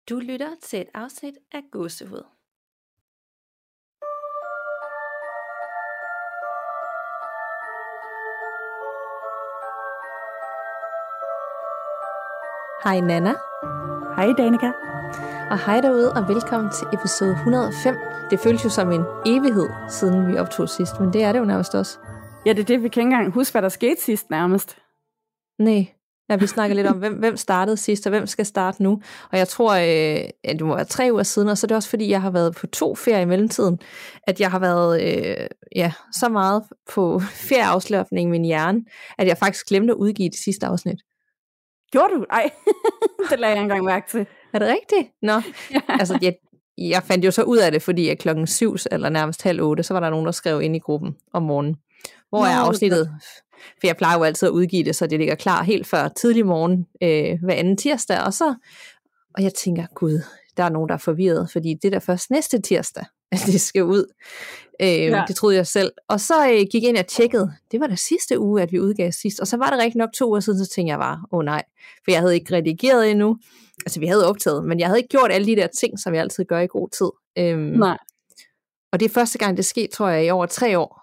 Du lytter til et afsnit af Gåsehud. Hej Nana. Hej Danika. Og hej derude, og velkommen til episode 105. Det føles jo som en evighed, siden vi optog sidst, men det er det jo nærmest også. Ja, det er det, vi kan ikke engang huske, hvad der skete sidst nærmest. Nej, ja, vi snakker lidt om, hvem startede sidst, og hvem skal starte nu. Og jeg tror, at det må være 3 uger siden, og så er det også fordi, jeg har været på 2 ferier i mellemtiden, at jeg har været så meget på ferieafslapning i min hjerne, at jeg faktisk glemte at udgive det sidste afsnit. Gjorde du? Ej, det lagde jeg engang mærke til. Er det rigtigt? Nå, ja. Altså jeg fandt jo så ud af det, fordi at 7 eller nærmest 7:30, så var der nogen, der skrev ind i gruppen om morgenen. Hvor er afsnittet? For jeg plejer jo altid at udgive det, så det ligger klar helt før tidlig morgen hver anden tirsdag. Og jeg tænker, gud, der er nogen, der er forvirret, fordi det er da først næste tirsdag, at det skal ud. Det troede jeg selv. Og så gik jeg ind og tjekkede, det var da sidste uge, at vi udgav sidst. Og så var det rigtig nok 2 uger siden, så tænkte jeg bare, nej, for jeg havde ikke redigeret endnu. Altså vi havde optaget, men jeg havde ikke gjort alle de der ting, som jeg altid gør i god tid. Nej. Og det er første gang, det skete, tror jeg, i over 3 år,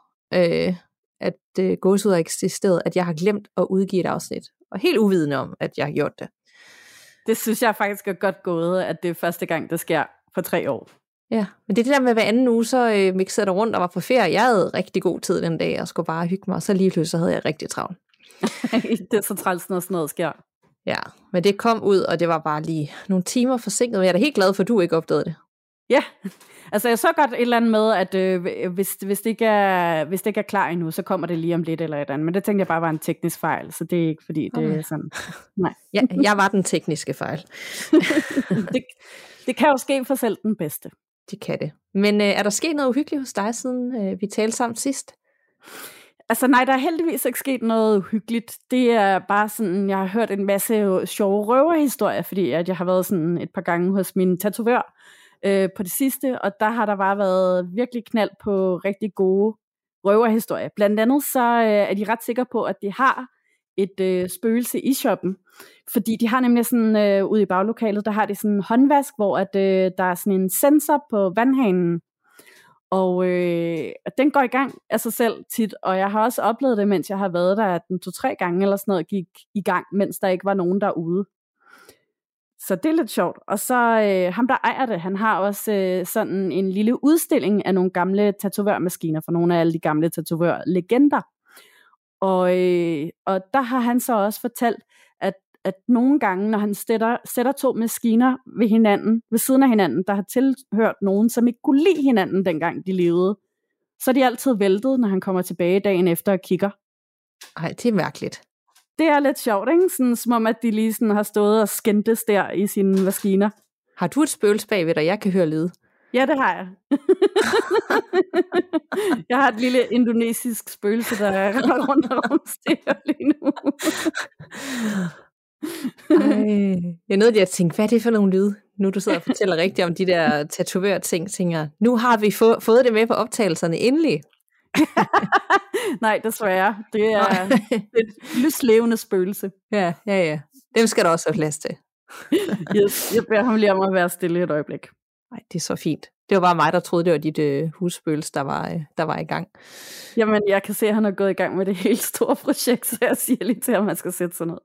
at Gåsehud har eksisteret, at jeg har glemt at udgive et afsnit. Og helt uvidende om, at jeg har gjort det. Det synes jeg faktisk er godt gået, at det er første gang, det sker for 3 år. Ja, men det er det der med hver anden uge, så mixede jeg rundt og var på ferie. Jeg havde rigtig god tid den dag, og skulle bare hygge mig, og så lige pludselig så havde jeg rigtig travlt. Det er så træls, når sådan noget sker. Ja, men det kom ud, og det var bare lige nogle timer forsinket, men jeg er da helt glad for, at du ikke opdagede det. Ja, altså jeg så godt et eller andet med, at hvis det ikke er klar endnu, så kommer det lige om lidt eller et andet. Men det tænkte jeg bare var en teknisk fejl, så det er ikke fordi, det er sådan, nej. Ja, jeg var den tekniske fejl. det kan jo ske for selv den bedste. Det kan det. Men er der sket noget uhyggeligt hos dig, siden vi talte sammen sidst? Altså nej, der er heldigvis ikke sket noget uhyggeligt. Det er bare sådan, jeg har hørt en masse sjove røverhistorier, fordi at jeg har været sådan et par gange hos min tatovør på det sidste, og der har der bare været virkelig knald på rigtig gode røverhistorier. Blandt andet så er de ret sikre på, at de har et spøgelse i shoppen, fordi de har nemlig sådan, ude i baglokalet, der har de sådan en håndvask, hvor at, der er sådan en sensor på vandhanen, og den går i gang af sig selv tit, og jeg har også oplevet det, mens jeg har været der, at den 2-3 gange eller sådan noget gik i gang, mens der ikke var nogen derude. Så det er lidt sjovt. Og så ham, der ejer det, han har også sådan en lille udstilling af nogle gamle tatovørmaskiner, for nogle af alle de gamle tatovørlegender. Og der har han så også fortalt, at nogle gange, når han sætter 2 maskiner ved siden af hinanden, der har tilhørt nogen, som ikke kunne lide hinanden, dengang de levede, så er de altid væltet, når han kommer tilbage dagen efter og kigger. Ej, det er mærkeligt. Det er lidt sjovt, ikke? Sådan, som om, at de lige sådan har stået og skændtes der i sine maskiner. Har du et spøgelse bagved dig, jeg kan høre lyd? Ja, det har jeg. Jeg har et lille indonesisk spøgelse, der er rundt og rumsterer lige nu. Jeg nåede lige at tænke, hvad er det for nogle lyde? Nu du sidder og fortæller rigtigt om de der tatovør-ting, tænker nu har vi fået det med på optagelserne endelig. Nej, desværre. Det er et lyslevende spøgelse. Ja. Dem skal der også have plads til. Yes, jeg beder ham lige om at være stille et øjeblik. Nej, det er så fint. Det var bare mig, der troede, det var dit husspøgelse, der var i gang. Jamen, jeg kan se, at han er gået i gang med det helt store projekt, så jeg siger lige til ham, at man skal sætte sig ned.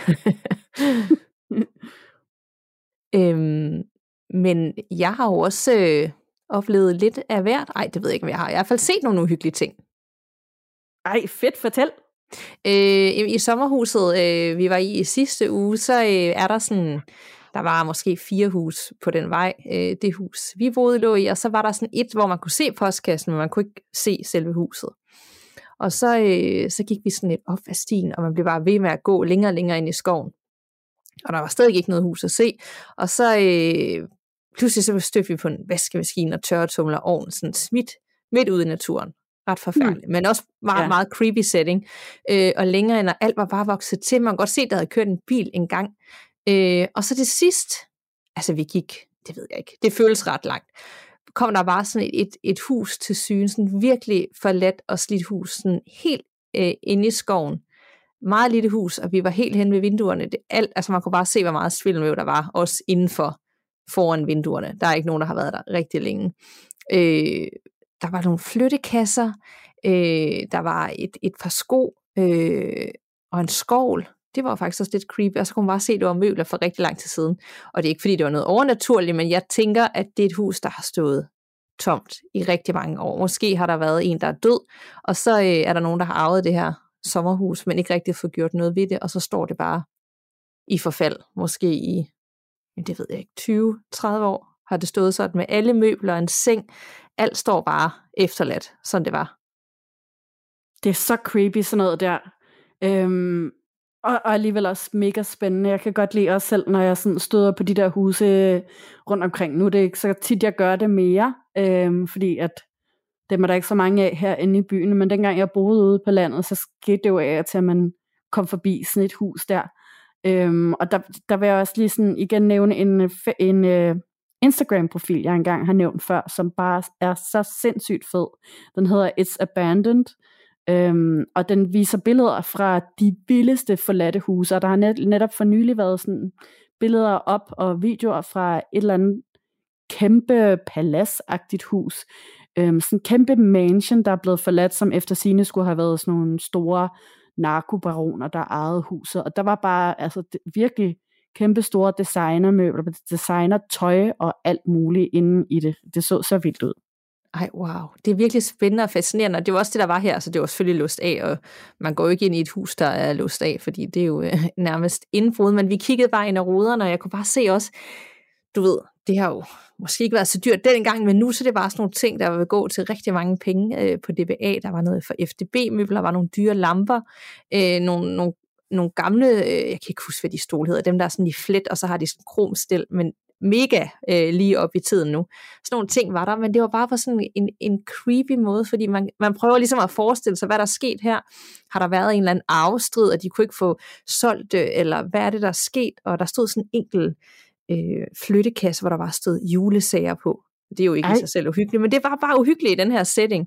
Men jeg har jo også oplevet lidt af hvert. Ej, det ved jeg ikke, om jeg har. Jeg har i hvert fald set nogle uhyggelige ting. Ej, fedt, fortæl. I sommerhuset, vi var i sidste uge, så er der sådan, der var måske 4 hus på den vej, det hus vi boede lå i, og så var der sådan et, hvor man kunne se postkassen, men man kunne ikke se selve huset. Og så gik vi sådan lidt op ad stien, og man blev bare ved med at gå længere og længere ind i skoven. Og der var stadig ikke noget hus at se, og så pludselig så stødte vi på en vaskemaskine og tørretumler og ovn, sådan smidt midt ude i naturen. Ret forfærdeligt, men også meget, meget creepy setting. Og længere ind, og alt var bare vokset til. Man kan godt se, at der havde kørt en bil en gang. Og så det sidst, altså vi gik, det ved jeg ikke, det føles ret langt, kom der bare sådan et hus til syne, sådan virkelig forladt og slidt hus, sådan helt inde i skoven. Meget lille hus, og vi var helt hen ved vinduerne. Altså man kunne bare se, hvor meget spilvæv der var, også indenfor foran vinduerne. Der er ikke nogen, der har været der rigtig længe. Der var nogle flyttekasser, der var et par sko, og en skovl. Det var faktisk også lidt creepy, og så kunne man bare se, at det var møbler for rigtig lang tid siden. Og det er ikke, fordi det var noget overnaturligt, men jeg tænker, at det er et hus, der har stået tomt i rigtig mange år. Måske har der været en, der er død, og så er der nogen, der har arvet det her sommerhus, men ikke rigtig fået gjort noget ved det, og så står det bare i forfald. Måske i, det ved jeg ikke, 20-30 år har det stået sådan med alle møbler og en seng. Alt står bare efterladt, sådan det var. Det er så creepy, sådan noget der. Og alligevel også mega spændende. Jeg kan godt lide også selv, når jeg sådan støder på de der huse rundt omkring. Nu er det ikke så tit, jeg gør det mere, fordi at dem er der ikke så mange af herinde i byen. Men dengang jeg boede ude på landet, så skete det jo af til, at man kom forbi sådan et hus der. Og der vil jeg også lige sådan igen nævne en Instagram-profil, jeg engang har nævnt før, som bare er så sindssygt fed. Den hedder It's Abandoned. Og den viser billeder fra de vildeste forladte huse, og der har netop for nylig været sådan billeder op og videoer fra et eller andet kæmpe paladsagtigt hus, sådan en kæmpe mansion, der er blevet forladt, som efter sigende skulle have været sådan nogle store narkobaroner, der ejede huset, og der var bare altså virkelig kæmpe store designermøbler, designertøj og alt muligt inde i det. Det så vildt ud. Ej, wow. Det er virkelig spændende og fascinerende, og det var også det, der var her, så det var selvfølgelig låst af, og man går jo ikke ind i et hus, der er låst af, fordi det er jo nærmest indbrud, men vi kiggede bare ind ad ruderne, og jeg kunne bare se også, du ved, det har jo måske ikke været så dyrt dengang, men nu så er det bare sådan nogle ting, der vil gå til rigtig mange penge på DBA. Der var noget for FDB-møbler, der var nogle dyre lamper, nogle gamle, jeg kan ikke huske, hvad de stole hedder, dem der er sådan i flet, og så har de sådan kromstel, men mega lige op i tiden nu. Sådan nogle ting var der, men det var bare på sådan en creepy måde, fordi man prøver ligesom at forestille sig, hvad der er sket her. Har der været en eller anden arvestrid, og de kunne ikke få solgt det, eller hvad er det, der er sket? Og der stod sådan en enkelt flyttekasse, hvor der var stået julesager på. Det er jo ikke i sig selv uhyggeligt, men det var bare uhyggeligt i den her setting.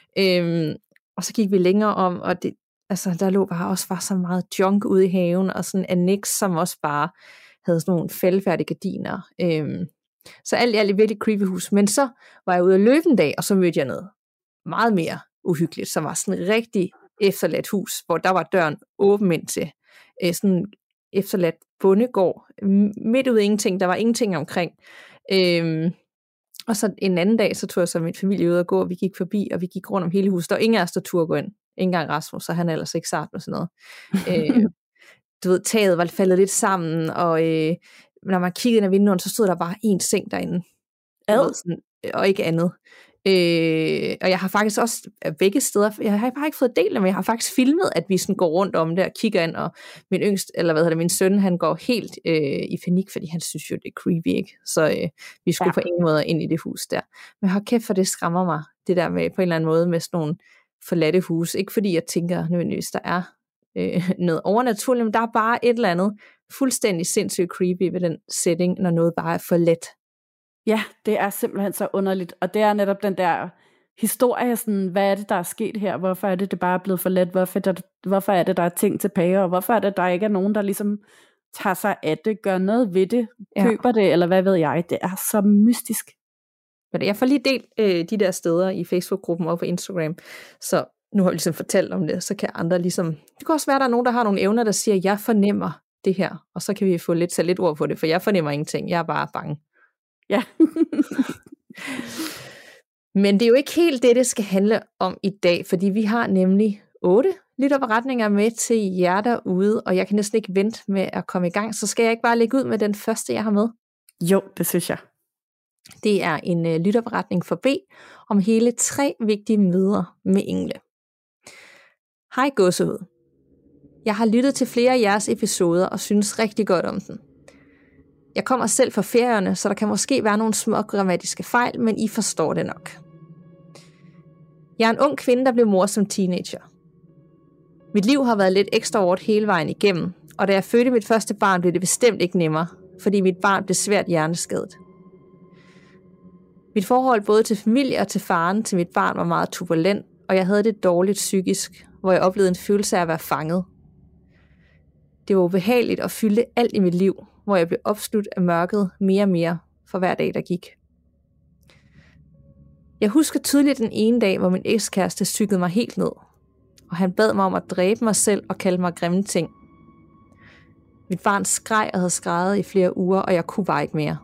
Og så gik vi længere om, og det, altså, der lå bare også så meget junk ude i haven, og sådan en annex, som også bare havde sådan nogle fældfærdige gardiner. Så alt i alt et virkelig creepy hus. Men så var jeg ude at løbe en dag, og så mødte jeg noget meget mere uhyggeligt, som var sådan et rigtig efterladt hus, hvor der var døren åben ind til. Sådan efterladt bondegård, midt ude ingenting, der var ingenting omkring. Og så en anden dag, så tog jeg så min familie ud og gå, og vi gik forbi, og vi gik rundt om hele huset. Der var ingen af os, der turde gå ind. Ikke engang Rasmus, så han er ellers ikke sart med sådan noget. Du ved, taget var faldet lidt sammen, og når man kiggede ind ad vinduerne, så stod der bare en seng derinde. Og ikke andet. Og jeg har faktisk også begge steder, jeg har bare ikke fået del af, men jeg har faktisk filmet, at vi sådan går rundt om det og kigger ind, og min søn, han går helt i panik, fordi han synes jo, det er creepy, ikke? Så vi skulle på ingen måde ind i det hus der. Men hold kæft, for det skræmmer mig, det der med på en eller anden måde med sådan nogle forladte hus. Ikke fordi jeg tænker nødvendigvis, der er noget overnaturligt, men der er bare et eller andet fuldstændig sindssygt creepy ved den setting, når noget bare er for let. Ja, det er simpelthen så underligt, og det er netop den der historie, sådan, hvad er det, der er sket her, hvorfor er det bare er blevet for let, hvorfor er det, der er ting tilbage, og hvorfor er det, der ikke er nogen, der ligesom tager sig af det, gør noget ved det, køber det, eller hvad ved jeg, det er så mystisk. Jeg får lige delt de der steder i Facebook-gruppen og på Instagram, så nu har vi ligesom fortalt om det, så kan andre ligesom, det kan også være, der er nogen, der har nogle evner, der siger, jeg fornemmer det her, og så kan vi få lidt ord på det, for jeg fornemmer ingenting, jeg er bare bange. Ja. Men det er jo ikke helt det skal handle om i dag, fordi vi har nemlig 8 lytterberetninger med til jer derude, og jeg kan næsten ikke vente med at komme i gang, så skal jeg ikke bare lægge ud med den første, jeg har med? Jo, det synes jeg. Det er en lytterberetning for B, om hele 3 vigtige møder med engle. Hej gåsehud. Jeg har lyttet til flere af jeres episoder, og synes rigtig godt om den. Jeg kommer selv fra Færøerne, så der kan måske være nogle små grammatiske fejl, men I forstår det nok. Jeg er en ung kvinde, der blev mor som teenager. Mit liv har været lidt ekstra hårdt hele vejen igennem, og da jeg fødte mit første barn, blev det bestemt ikke nemmere, fordi mit barn blev svært hjerneskadet. Mit forhold både til familie og til faren til mit barn var meget turbulent, og jeg havde det dårligt psykisk, hvor jeg oplevede en følelse af at være fanget. Det var ubehageligt og fyldte alt i mit liv, hvor jeg blev opslugt af mørket mere og mere, for hver dag, der gik. Jeg husker tydeligt den ene dag, hvor min ekskæreste cyklede mig helt ned, og han bad mig om at dræbe mig selv og kalde mig grimme ting. Mit barn skreg og havde skreget i flere uger, og jeg kunne bare ikke mere.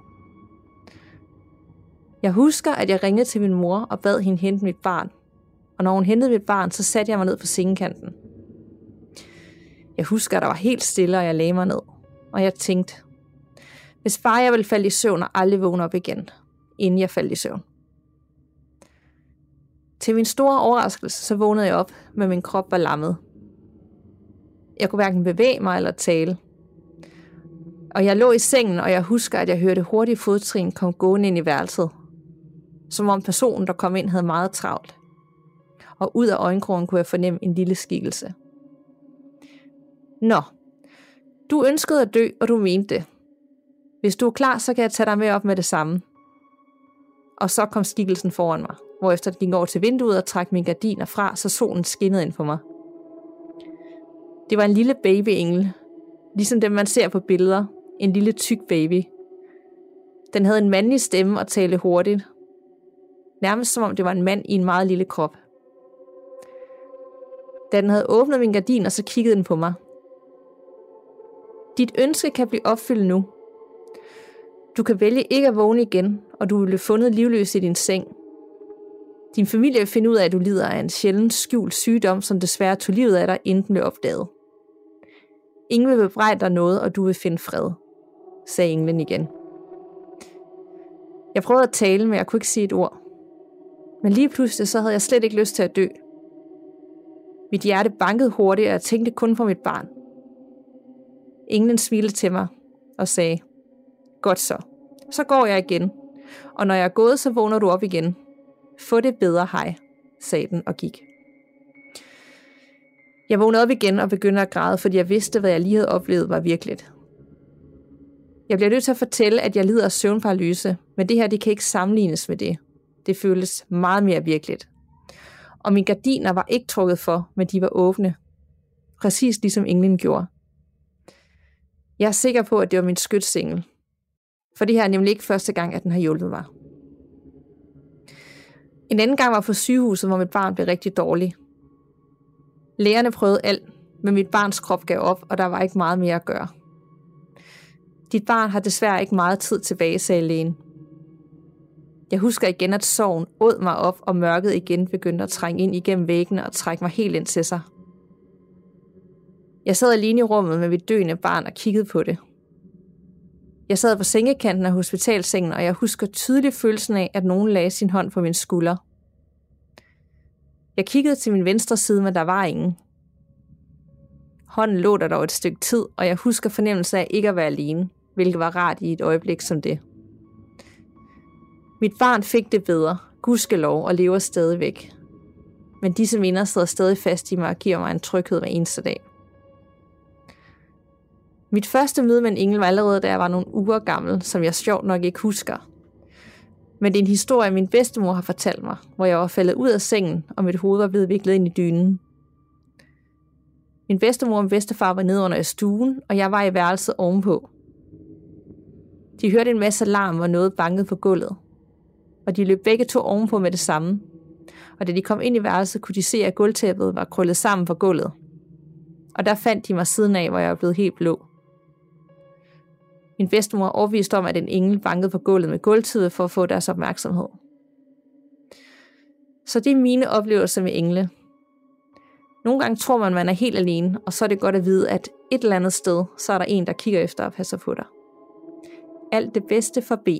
Jeg husker, at jeg ringede til min mor og bad hende hente mit barn, og når hun hentede mit barn, så satte jeg mig ned på sengekanten. Jeg husker, at der var helt stille, og jeg lagde mig ned, og jeg tænkte, hvis bare jeg ville falde i søvn og aldrig vågne op igen, inden jeg faldt i søvn. Til min store overraskelse, så vågnede jeg op, men min krop var lammet. Jeg kunne hverken bevæge mig eller tale. Og jeg lå i sengen, og jeg husker, at jeg hørte hurtige fodtrin komme gående ind i værelset. Som om personen, der kom ind, havde meget travlt. Og ud af øjenkrogen kunne jeg fornemme en lille skikkelse. Nå, du ønskede at dø, og du mente det. Hvis du er klar, så kan jeg tage dig med op med det samme. Og så kom skikkelsen foran mig, hvorefter den gik over til vinduet og trak mine gardiner fra, så solen skinnede ind på mig. Det var en lille babyengel, ligesom dem man ser på billeder. En lille tyk baby. Den havde en mandlig stemme og talte hurtigt. Nærmest som om det var en mand i en meget lille krop. Da den havde åbnet mine gardiner, så kiggede den på mig. Dit ønske kan blive opfyldt nu. Du kan vælge ikke at vågne igen, og du vil blive fundet livløs i din seng. Din familie vil finde ud af, at du lider af en sjælden skjult sygdom, som desværre tog livet af dig, inden den blev opdaget. Ingen vil bebrejde dig noget, og du vil finde fred, sagde englen igen. Jeg prøvede at tale, men jeg kunne ikke sige et ord. Men lige pludselig så havde jeg slet ikke lyst til at dø. Mit hjerte bankede hurtigt, og jeg tænkte kun på mit barn. Englen smilede til mig og sagde, godt så. Så går jeg igen. Og når jeg er gået, så vågner du op igen. Få det bedre, hej, sagde den og gik. Jeg vågnede op igen og begyndte at græde, fordi jeg vidste, hvad jeg lige havde oplevet var virkeligt. Jeg bliver nødt til at fortælle, at jeg lider af søvnparalyse, men det her det kan ikke sammenlignes med det. Det føles meget mere virkeligt. Og mine gardiner var ikke trukket for, men de var åbne. Præcis ligesom englen gjorde. Jeg er sikker på, at det var min skytsengel. For det her er nemlig ikke første gang, at den har hjulpet mig. En anden gang var på sygehuset, hvor mit barn blev rigtig dårlig. Lægerne prøvede alt, men mit barns krop gav op, og der var ikke meget mere at gøre. Dit barn har desværre ikke meget tid tilbage, sagde lægen. Jeg husker igen, at sorgen åd mig op, og mørket igen begyndte at trænge ind igennem væggene og trække mig helt ind til sig. Jeg sad alene i rummet med mit døende barn og kiggede på det. Jeg sad på sengekanten af hospitalsengen, og jeg husker tydeligt følelsen af, at nogen lagde sin hånd på min skulder. Jeg kiggede til min venstre side, men der var ingen. Hånden lå der dog et stykke tid, og jeg husker fornemmelsen af ikke at være alene, hvilket var rart i et øjeblik som det. Mit barn fik det bedre, gudskelov, og lever stadigvæk. Men disse minder sidder stadig fast i mig og giver mig en tryghed hver eneste dag. Mit første møde med en engel var allerede, da jeg var nogle uger gammel, som jeg sjovt nok ikke husker. Men det er en historie, min bedstemor har fortalt mig, hvor jeg var faldet ud af sengen, og mit hoved var blevet viklet ind i dynen. Min bedstemor og bedstefar var nede under i stuen, og jeg var i værelset ovenpå. De hørte en masse larm, og noget bankede på gulvet. Og de løb begge to ovenpå med det samme. Og da de kom ind i værelset, kunne de se, at gulvtæppet var krøllet sammen på gulvet. Og der fandt de mig siden af, hvor jeg var blevet helt blå. Min bedstemor overbeviste om, at en engel bankede på gulvet med gulvtæppet for at få deres opmærksomhed. Så det er mine oplevelser med engle. Nogle gange tror man er helt alene, og så er det godt at vide, at et eller andet sted, så er der en, der kigger efter og passer på dig. Alt det bedste for B.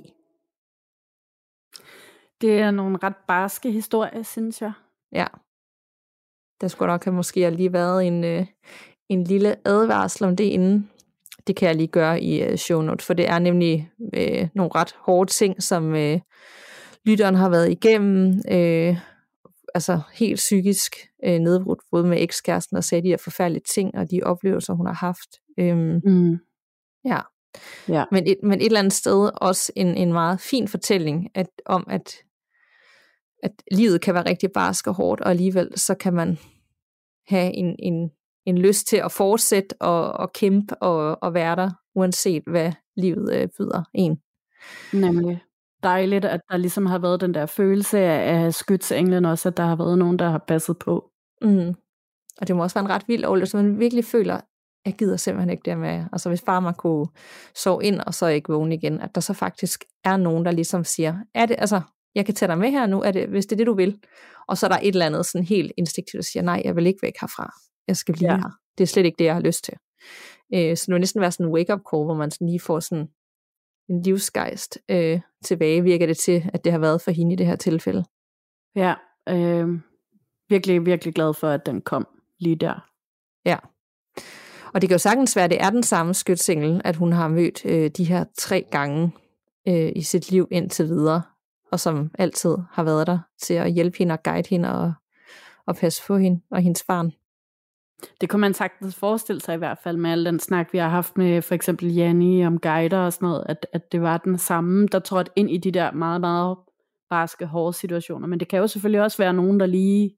Det er nogle ret barske historier, synes jeg. Ja. Der skulle nok have måske lige været en lille advarsel om det inden. Det kan jeg lige gøre i show notes, for det er nemlig nogle ret hårde ting, som lytteren har været igennem. Altså helt psykisk nedbrudt, både med ekskæresten og sagde de her forfærdelige ting, og de oplevelser, hun har haft. Ja. Ja. Men et eller andet sted også en meget fin fortælling om, at livet kan være rigtig barsk og hårdt, og alligevel så kan man have en lyst til at fortsætte og kæmpe og være der, uanset hvad livet byder en. Nemlig. Dejligt, at der ligesom har været den der følelse af skytsenglen også, at der har været nogen, der har passet på. Mm. Og det må også være en ret vild oplevelse, man virkelig føler, jeg gider simpelthen ikke det med, altså hvis bare man kunne sove ind, og så ikke vågne igen, at der så faktisk er nogen, der ligesom siger, er det, altså, jeg kan tage dig med her nu, er det, hvis det er det, du vil. Og så er der et eller andet sådan helt instinktivt, der siger, nej, jeg vil ikke væk herfra. Jeg skal blive her. Det er slet ikke det, jeg har lyst til. Så det vil næsten være sådan en wake-up call, hvor man sådan lige får sådan en livsgejst tilbage, virker det til, at det har været for hende i det her tilfælde. Ja, virkelig, virkelig glad for, at den kom lige der. Ja. Og det kan jo sagtens være, at det er den samme skytsengel, at hun har mødt de her 3 gange i sit liv indtil videre, og som altid har været der til at hjælpe hende og guide hende og passe på hende og hendes barn. Det kunne man sagtens forestille sig i hvert fald med al den snak, vi har haft med for eksempel Janni om guider og sådan noget, at det var den samme, der trådte ind i de der meget, meget barske, hårde situationer. Men det kan jo selvfølgelig også være nogen, der lige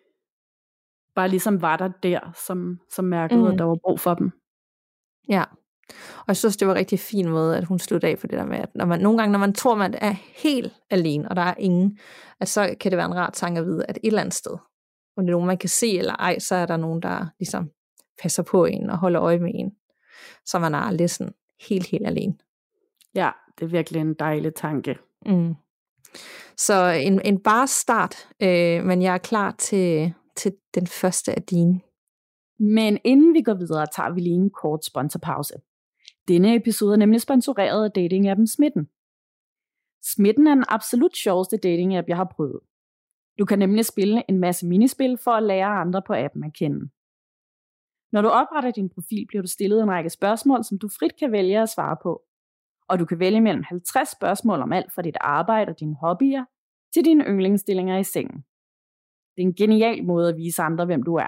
bare ligesom var der, som mærkede, at der var brug for dem. Ja, og jeg synes, det var en rigtig fin måde, at hun sluttede af for det der med, at nogle gange, når man tror, man er helt alene, og der er ingen, at så kan det være en rar tanke at vide, at et eller andet sted, og det er nogen, man kan se eller ej, så er der nogen, der ligesom passer på en og holder øje med en, så man er aldrig sådan helt alene. Ja, det er virkelig en dejlig tanke. Mm. Så en bare start, men jeg er klar til den første af dine. Men inden vi går videre, tager vi lige en kort sponsorpause. Denne episode er nemlig sponsoreret af datingappen Smitten. Smitten er den absolut sjoveste datingapp, jeg har prøvet. Du kan nemlig spille en masse minispil for at lære andre på appen at kende. Når du opretter din profil, bliver du stillet en række spørgsmål, som du frit kan vælge at svare på. Og du kan vælge mellem 50 spørgsmål om alt fra dit arbejde og dine hobbyer, til dine yndlingsstillinger i sengen. Det er en genial måde at vise andre, hvem du er.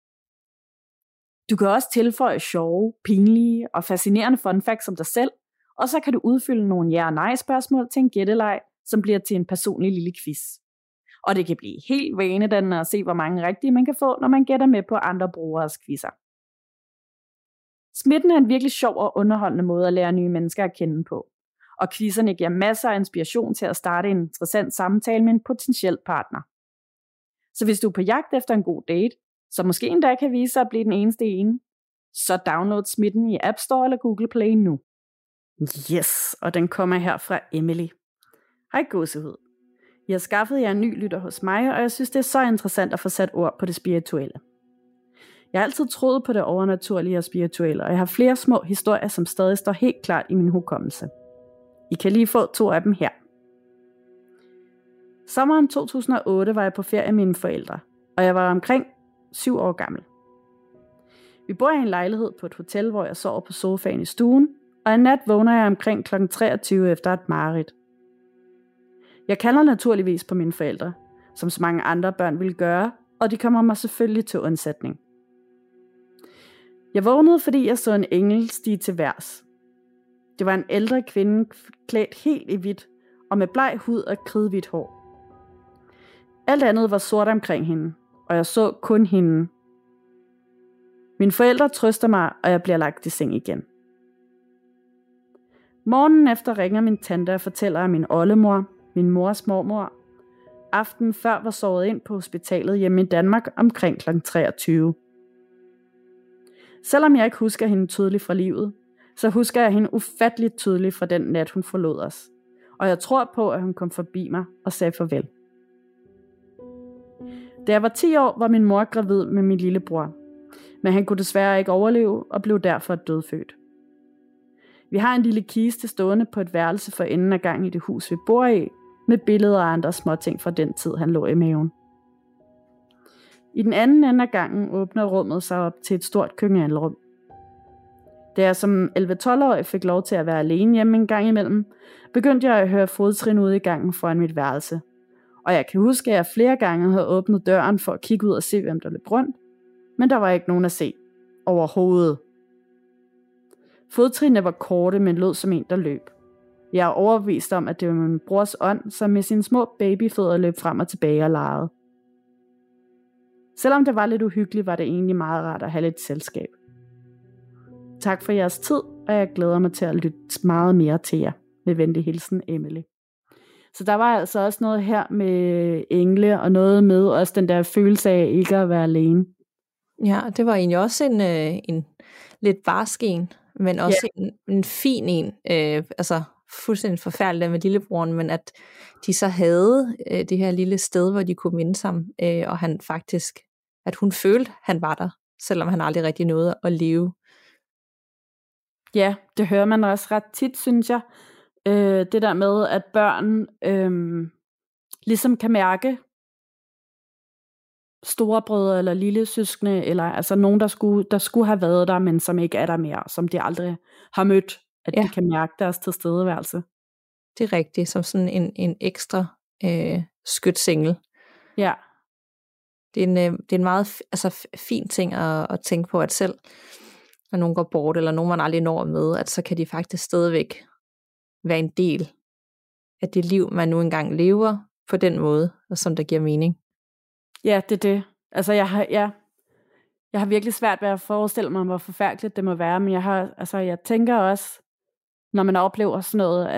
Du kan også tilføje sjove, pinlige og fascinerende fun facts om dig selv, og så kan du udfylde nogle ja- og nej-spørgsmål til en gætteleg, som bliver til en personlig lille quiz. Og det kan blive helt vanedannende at se, hvor mange rigtige man kan få, når man gætter med på andre brugeres quizzer. Smitten er en virkelig sjov og underholdende måde at lære nye mennesker at kende på, og quizzerne giver masser af inspiration til at starte en interessant samtale med en potentiel partner. Så hvis du er på jagt efter en god date, som måske endda kan vise sig at blive den eneste ene, så download Smitten i App Store eller Google Play nu. Yes, og den kommer her fra Emily. Hej gåsehud. Jeg har skaffet jer en ny lytter hos mig, og jeg synes, det er så interessant at få sat ord på det spirituelle. Jeg har altid troet på det overnaturlige og spirituelle, og jeg har flere små historier, som stadig står helt klart i min hukommelse. I kan lige få 2 af dem her. Sommeren 2008 var jeg på ferie med mine forældre, og jeg var omkring 7 år gammel. Vi bor i en lejlighed på et hotel, hvor jeg sover på sofaen i stuen, og en nat vågner jeg omkring kl. 23 efter et mareridt. Jeg kalder naturligvis på mine forældre, som så mange andre børn ville gøre, og de kommer mig selvfølgelig til undsætning. Jeg vågnede, fordi jeg så en engel stige til værs. Det var en ældre kvinde klædt helt i hvidt, og med bleg hud og kridhvidt hår. Alt andet var sort omkring hende, og jeg så kun hende. Mine forældre trøster mig, og jeg bliver lagt i seng igen. Morgenen efter ringer min tante og fortæller, at min oldemor, min mors mormor, aftenen før var sovet ind på hospitalet hjemme i Danmark omkring kl. 23. Selvom jeg ikke husker hende tydeligt fra livet, så husker jeg hende ufatteligt tydeligt fra den nat, hun forlod os. Og jeg tror på, at hun kom forbi mig og sagde farvel. Da jeg var 10 år, var min mor gravid med min lillebror, men han kunne desværre ikke overleve og blev derfor dødfødt. Vi har en lille kiste stående på et værelse for enden af gangen i det hus, vi bor i, med billeder og andre småting fra den tid, han lå i maven. I den anden ende af gangen åbner rummet sig op til et stort køkkenalrum. Da jeg som 11-12-årig fik lov til at være alene hjemme en gang imellem, begyndte jeg at høre fodtrin ude i gangen foran mit værelse. Og jeg kan huske, at jeg flere gange havde åbnet døren for at kigge ud og se, hvem der løb rundt, men der var ikke nogen at se. Overhovedet. Fodtrinene var korte, men lød som en, der løb. Jeg er overbevist om, at det var min brors ånd, som med sine små babyfødder løb frem og tilbage og legede. Selvom det var lidt uhyggeligt, var det egentlig meget rart at have lidt selskab. Tak for jeres tid, og jeg glæder mig til at lytte meget mere til jer. Med venlig hilsen, Emily. Så der var altså også noget her med engle, og noget med også den der følelse af ikke at være alene. Ja, det var egentlig også en lidt barsk en, men også en fin en. Altså fuldstændig forfærdelig med lillebroren, men at de så havde det her lille sted, hvor de kunne minde sammen, og han faktisk, at hun følte, han var der, selvom han aldrig rigtig nåede at leve. Ja, det hører man også ret tit, synes jeg. Det der med, at børn ligesom kan mærke storebrødre eller lille søskende, eller altså nogen, der skulle have været der, men som ikke er der mere, som de aldrig har mødt, at de kan mærke deres tilstedeværelse. Det er rigtigt, som sådan en ekstra skytsengel. Ja. Det er en meget fin ting at tænke på, at selv når nogen går bort, eller nogen man aldrig når med, at så kan de faktisk stadigvæk være en del af det liv, man nu engang lever på den måde, og som der giver mening. Ja, det er det. Altså jeg har virkelig svært ved at forestille mig, hvor forfærdeligt det må være, men jeg tænker også, når man oplever sådan noget,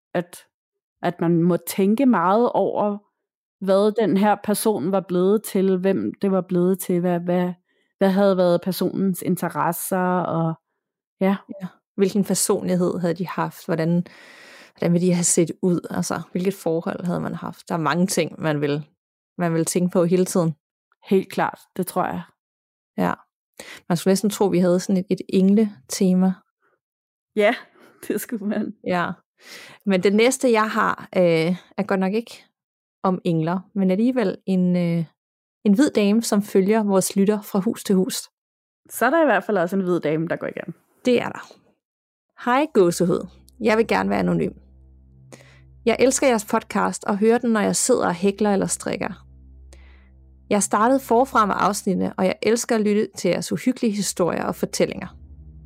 at man må tænke meget over, hvad den her person var blevet til, hvem det var blevet til, hvad havde været personens interesser, og ja. Hvilken personlighed havde de haft, hvordan ville de have set ud, altså hvilket forhold havde man haft. Der er mange ting, man vil tænke på hele tiden. Helt klart, det tror jeg. Ja, man skulle næsten tro, vi havde sådan et engle-tema. Ja, det skulle man. Ja, men det næste, jeg har, er godt nok ikke om engler, men alligevel en hvid dame, som følger vores lytter fra hus til hus. Så er der i hvert fald også en hvid dame, der går igen. Det er der. Hej gåsehud. Jeg vil gerne være anonym. Jeg elsker jeres podcast og hører den, når jeg sidder og hækler eller strikker. Jeg startede forfra med afsnittene, og jeg elsker at lytte til jeres uhyggelige historier og fortællinger.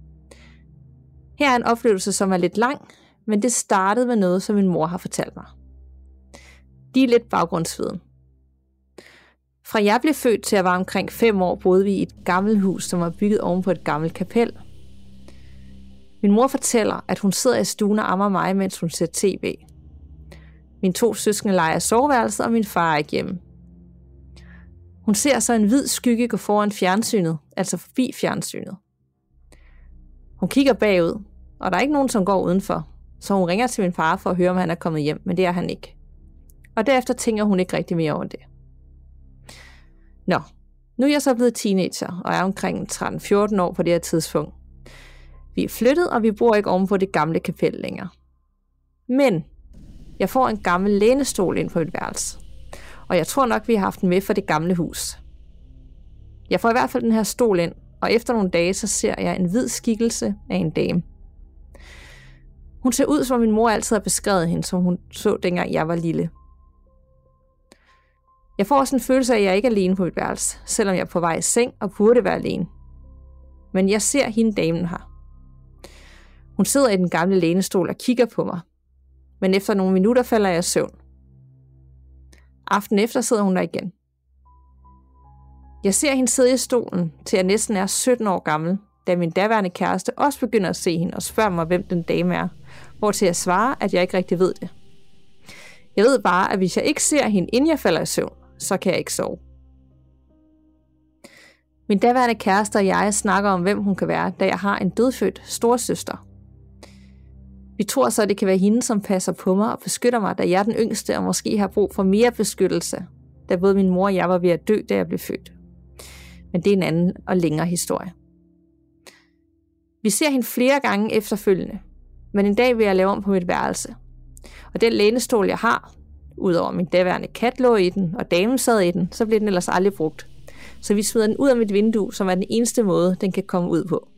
Her er en oplevelse, som er lidt lang, men det startede med noget, som min mor har fortalt mig. De er lidt baggrundsviden. Fra jeg blev født til jeg var omkring 5 år, boede vi i et gammelt hus, som var bygget oven på et gammelt kapel. Min mor fortæller, at hun sidder i stuen og ammer mig, mens hun ser tv. Mine 2 søskende leger i soveværelset, og min far er ikke hjemme. Hun ser så en hvid skygge gå foran fjernsynet, altså forbi fjernsynet. Hun kigger bagud, og der er ikke nogen, som går udenfor, så hun ringer til min far for at høre, om han er kommet hjem, men det er han ikke. Og derefter tænker hun ikke rigtig mere over det. Nå, nu er jeg så blevet teenager, og er omkring 13-14 år på det her tidspunkt. Vi er flyttet, og vi bor ikke oven på det gamle kapel længere. Men jeg får en gammel lænestol ind på mit værelse. Og jeg tror nok, vi har haft den med fra det gamle hus. Jeg får i hvert fald den her stol ind, og efter nogle dage, så ser jeg en hvid skikkelse af en dame. Hun ser ud, som min mor altid har beskrevet hende, som hun så dengang jeg var lille. Jeg får også en følelse af, at jeg ikke er alene på mit værelse, selvom jeg er på vej i seng og burde være alene. Men jeg ser hende damen her. Hun sidder i den gamle lænestol og kigger på mig. Men efter nogle minutter falder jeg i søvn. Aften efter sidder hun der igen. Jeg ser hende sidde i stolen, til jeg næsten er 17 år gammel, da min daværende kæreste også begynder at se hende og spørger mig, hvem den dame er, hvortil jeg svarer, at jeg ikke rigtig ved det. Jeg ved bare, at hvis jeg ikke ser hende, inden jeg falder i søvn, så kan jeg ikke sove. Min daværende kæreste og jeg snakker om, hvem hun kan være, da jeg har en dødfødt storesøster. Vi tror så, at det kan være hende, som passer på mig og beskytter mig, da jeg er den yngste og måske har brug for mere beskyttelse, da både min mor og jeg var ved at dø, da jeg blev født. Men det er en anden og længere historie. Vi ser hende flere gange efterfølgende, men en dag vil jeg lave om på mit værelse. Og den lænestol, jeg har, udover min daværende kat lå i den, og damen sad i den, så bliver den ellers aldrig brugt. Så vi smider den ud af mit vindue, som er den eneste måde, den kan komme ud på.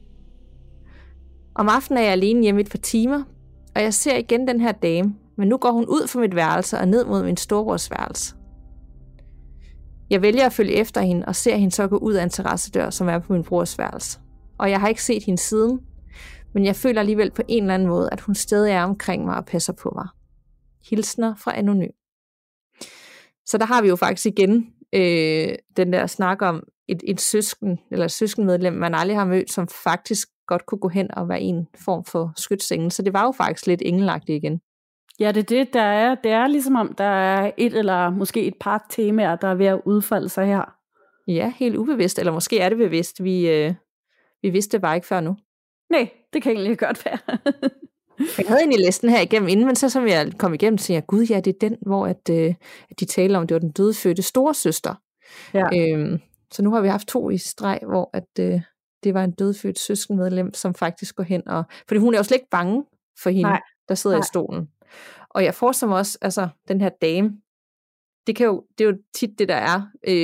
Om aftenen er jeg alene hjemme et par timer, og jeg ser igen den her dame, men nu går hun ud fra mit værelse og ned mod min storebrors værelse. Jeg vælger at følge efter hende og ser hende så gå ud af en terrassedør, som er på min brors værelse. Og jeg har ikke set hende siden, men jeg føler alligevel på en eller anden måde, at hun stadig er omkring mig og passer på mig. Hilsner fra Anonym. Så der har vi jo faktisk igen den der snak om et søsken eller et søskenmedlem, man aldrig har mødt, som faktisk godt kunne gå hen og være en form for skytsengel. Så det var jo faktisk lidt engelagtigt igen. Ja, det er det, der er. Det er ligesom om, der er et eller måske et par temaer, der er ved at udfolde sig her. Ja, helt ubevidst, eller måske er det bevidst. Vi vidste det bare ikke før nu. Nej, det kan egentlig godt være. Jeg havde egentlig læst den her igennem inden, men så som jeg kom igennem, så jeg, gud ja, det er den, hvor at de taler om, det var den dødfødte storesøster. Ja. Så nu har vi haft 2 i streg, hvor at det var en dødfødt søskenmedlem, som faktisk går hen og... Fordi hun er jo slet ikke bange for hende, der sidder i stolen. Og jeg forestiller mig også, altså den her dame, det er jo tit det, der er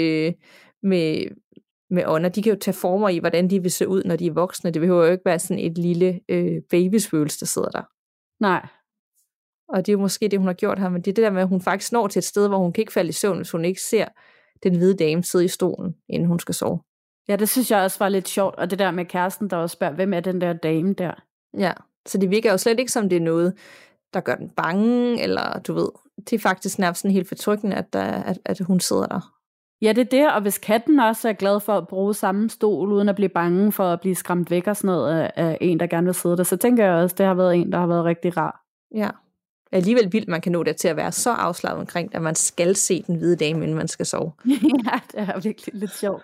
med ånder. De kan jo tage former i, hvordan de vil se ud, når de er voksne. Det behøver jo ikke være sådan et lille babysvøgelse, der sidder der. Nej. Og det er jo måske det, hun har gjort her, men det er det der med, at hun faktisk når til et sted, hvor hun kan ikke falde i søvn, hvis hun ikke ser den hvide dame sidde i stolen, inden hun skal sove. Ja, det synes jeg også var lidt sjovt, og det der med kæresten, der også spørger, hvem er den der dame der? Ja, så det virker jo slet ikke som det er noget, der gør den bange, eller du ved, det er faktisk nærmest sådan helt fortrykkende, at hun sidder der. Ja, det er det, og hvis katten også er glad for at bruge samme stol, uden at blive bange for at blive skræmt væk og sådan noget af en, der gerne vil sidde der, så tænker jeg også, det har været en, der har været rigtig rar. Ja, alligevel vildt, man kan nå det til at være så afslappet omkring, at man skal se den hvide dame, inden man skal sove. Ja, det er virkelig lidt sjovt.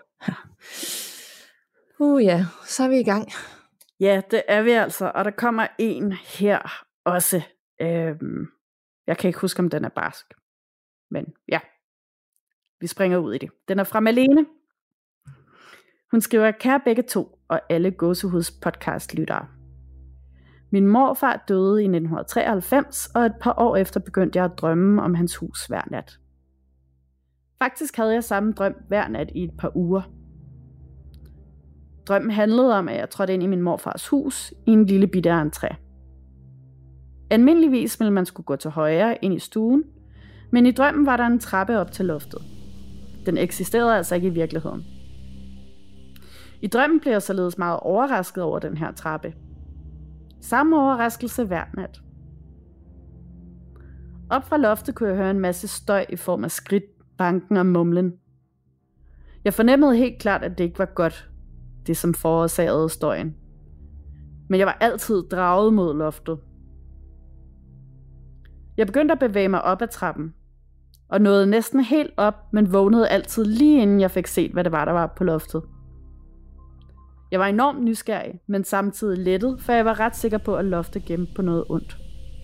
Ja, så er vi i gang. Ja, det er vi altså, og der kommer en her også. Jeg kan ikke huske, om den er barsk. Men ja, vi springer ud i det. Den er fra Malene. Hun skriver, kære begge to og alle Gåsehuds podcast-lyttere. Min morfar døde i 1993, og et par år efter begyndte jeg at drømme om hans hus hver nat. Faktisk havde jeg samme drøm hver nat i et par uger. Drømmen handlede om, at jeg trådte ind i min morfars hus i en lille bitte entré. Almindeligvis ville man skulle gå til højre ind i stuen, men i drømmen var der en trappe op til loftet. Den eksisterede altså ikke i virkeligheden. I drømmen blev jeg således meget overrasket over den her trappe. Samme overraskelse hver nat. Op fra loftet kunne jeg høre en masse støj i form af skridt, banken og mumlen. Jeg fornemmede helt klart, at det ikke var godt, det som forårsagede støjen. Men jeg var altid draget mod loftet. Jeg begyndte at bevæge mig op ad trappen, og nåede næsten helt op, men vågnede altid lige inden jeg fik set, hvad det var, der var på loftet. Jeg var enormt nysgerrig, men samtidig lettet, for jeg var ret sikker på, at loftet gemte på noget ondt.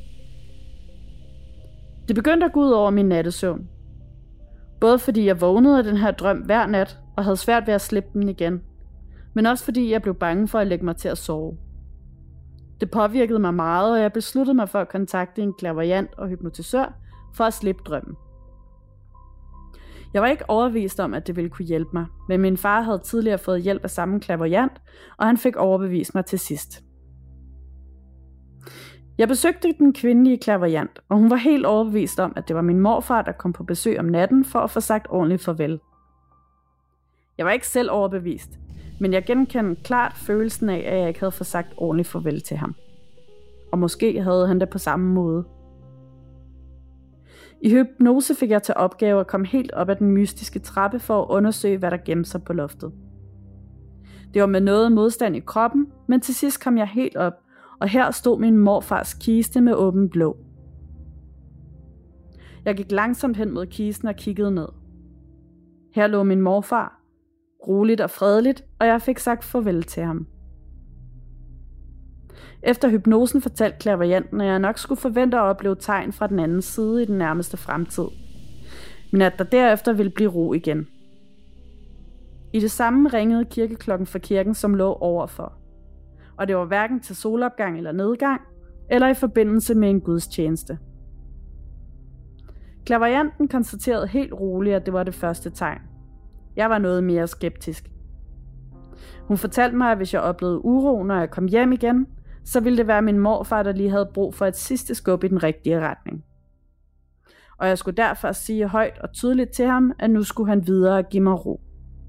Det begyndte at gå ud over min nattesøvn. Både fordi jeg vågnede af den her drøm hver nat, og havde svært ved at slippe den igen, men også fordi jeg blev bange for at lægge mig til at sove. Det påvirkede mig meget, og jeg besluttede mig for at kontakte en clairvoyant og hypnotisør for at slippe drømmen. Jeg var ikke overbevist om, at det ville kunne hjælpe mig, men min far havde tidligere fået hjælp af samme clairvoyant, og han fik overbevist mig til sidst. Jeg besøgte den kvindelige clairvoyant, og hun var helt overbevist om, at det var min morfar, der kom på besøg om natten for at få sagt ordentligt farvel. Jeg var ikke selv overbevist, men jeg genkendte klart følelsen af, at jeg ikke havde fået sagt ordentligt farvel til ham. Og måske havde han det på samme måde. I hypnose fik jeg til opgave at komme helt op ad den mystiske trappe for at undersøge, hvad der gemte sig på loftet. Det var med noget modstand i kroppen, men til sidst kom jeg helt op, og her stod min morfars kiste med åben blå. Jeg gik langsomt hen mod kisten og kiggede ned. Her lå min morfar, roligt og fredeligt, og jeg fik sagt farvel til ham. Efter hypnosen fortalte clairvoyanten, at jeg nok skulle forvente at opleve tegn fra den anden side i den nærmeste fremtid, men at der derefter ville blive ro igen. I det samme ringede kirkeklokken for kirken, som lå overfor, og det var hverken til solopgang eller nedgang, eller i forbindelse med en gudstjeneste. Clairvoyanten konstaterede helt roligt, at det var det første tegn. Jeg var noget mere skeptisk. Hun fortalte mig, at hvis jeg oplevede uro, når jeg kom hjem igen, så ville det være min morfar, der lige havde brug for et sidste skub i den rigtige retning. Og jeg skulle derfor sige højt og tydeligt til ham, at nu skulle han videre og give mig ro.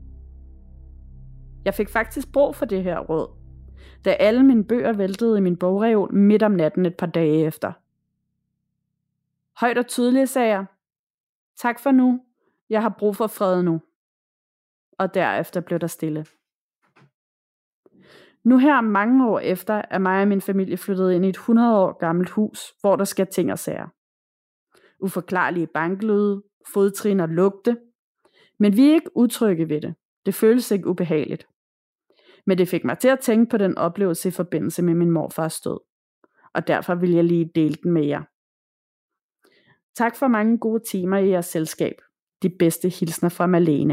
Jeg fik faktisk brug for det her råd, da alle mine bøger væltede i min bogreol midt om natten et par dage efter. Højt og tydeligt sagde jeg, tak for nu, jeg har brug for fred nu. Og derefter blev der stille. Nu her mange år efter, er mig og min familie flyttet ind i et 100 år gammelt hus, hvor der skal ting og sager. Uforklarlige banklyde, fodtrin og lugte. Men vi er ikke utrygge ved det. Det føles ikke ubehageligt. Men det fik mig til at tænke på den oplevelse i forbindelse med min morfars død. Og derfor vil jeg lige dele den med jer. Tak for mange gode timer i jeres selskab. De bedste hilsner fra Malene.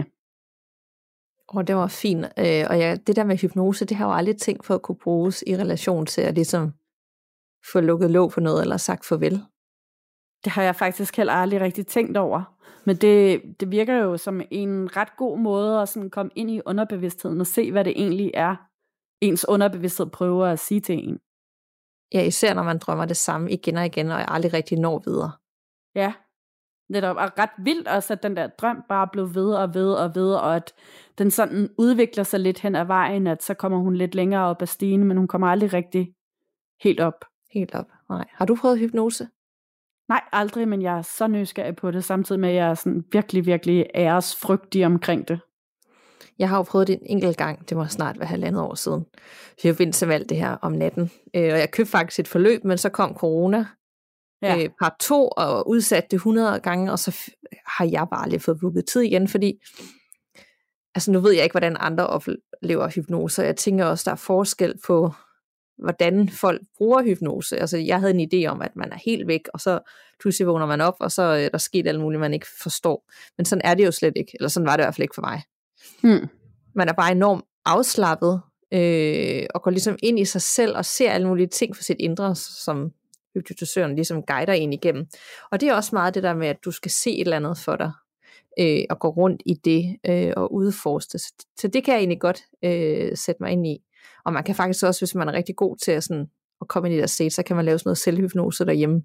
Det var fint. Og det der med hypnose, det har jeg jo aldrig tænkt på at kunne bruges i relation til at ligesom få lukket låg på noget eller sagt farvel. Det har jeg faktisk heller aldrig rigtig tænkt over. Men det virker jo som en ret god måde at sådan komme ind i underbevidstheden og se, hvad det egentlig er, ens underbevidsthed prøver at sige til en. Ja, især når man drømmer det samme igen og igen, og aldrig rigtig når videre. Ja, det er ret vildt også, at den der drøm bare blev ved og ved og ved, og at den sådan udvikler sig lidt hen ad vejen, at så kommer hun lidt længere op ad stigen, men hun kommer aldrig rigtig helt op. Helt op, nej. Har du prøvet hypnose? Nej, aldrig, men jeg er så nysgerrig på det, samtidig med, at jeg er sådan virkelig, virkelig æresfrygtig omkring det. Jeg har jo prøvet det en enkelt gang, det må snart være 1,5 år siden. Så jeg vendte alt det her om natten. Og jeg købte faktisk et forløb, men så kom corona, part 2, og udsatte det 100 gange, og så har jeg bare lige fået booket tid igen, fordi altså nu ved jeg ikke, hvordan andre oplever hypnose. Jeg tænker også, der er forskel på, hvordan folk bruger hypnose. Altså jeg havde en idé om, at man er helt væk, og så pludselig vågner man op, og så er der sket alt muligt, man ikke forstår. Men sådan er det jo slet ikke, eller sådan var det i hvert fald ikke for mig. Man er bare enormt afslappet, og går ligesom ind i sig selv, og ser alle mulige ting for sit indre, som hypnotisøren ligesom guider en igennem. Og det er også meget det der med, at du skal se et eller andet for dig, og gå rundt i det, og udforske. Så det kan jeg egentlig godt sætte mig ind i. Og man kan faktisk også, hvis man er rigtig god til at komme ind i det state, så kan man lave sådan noget selvhypnose derhjemme.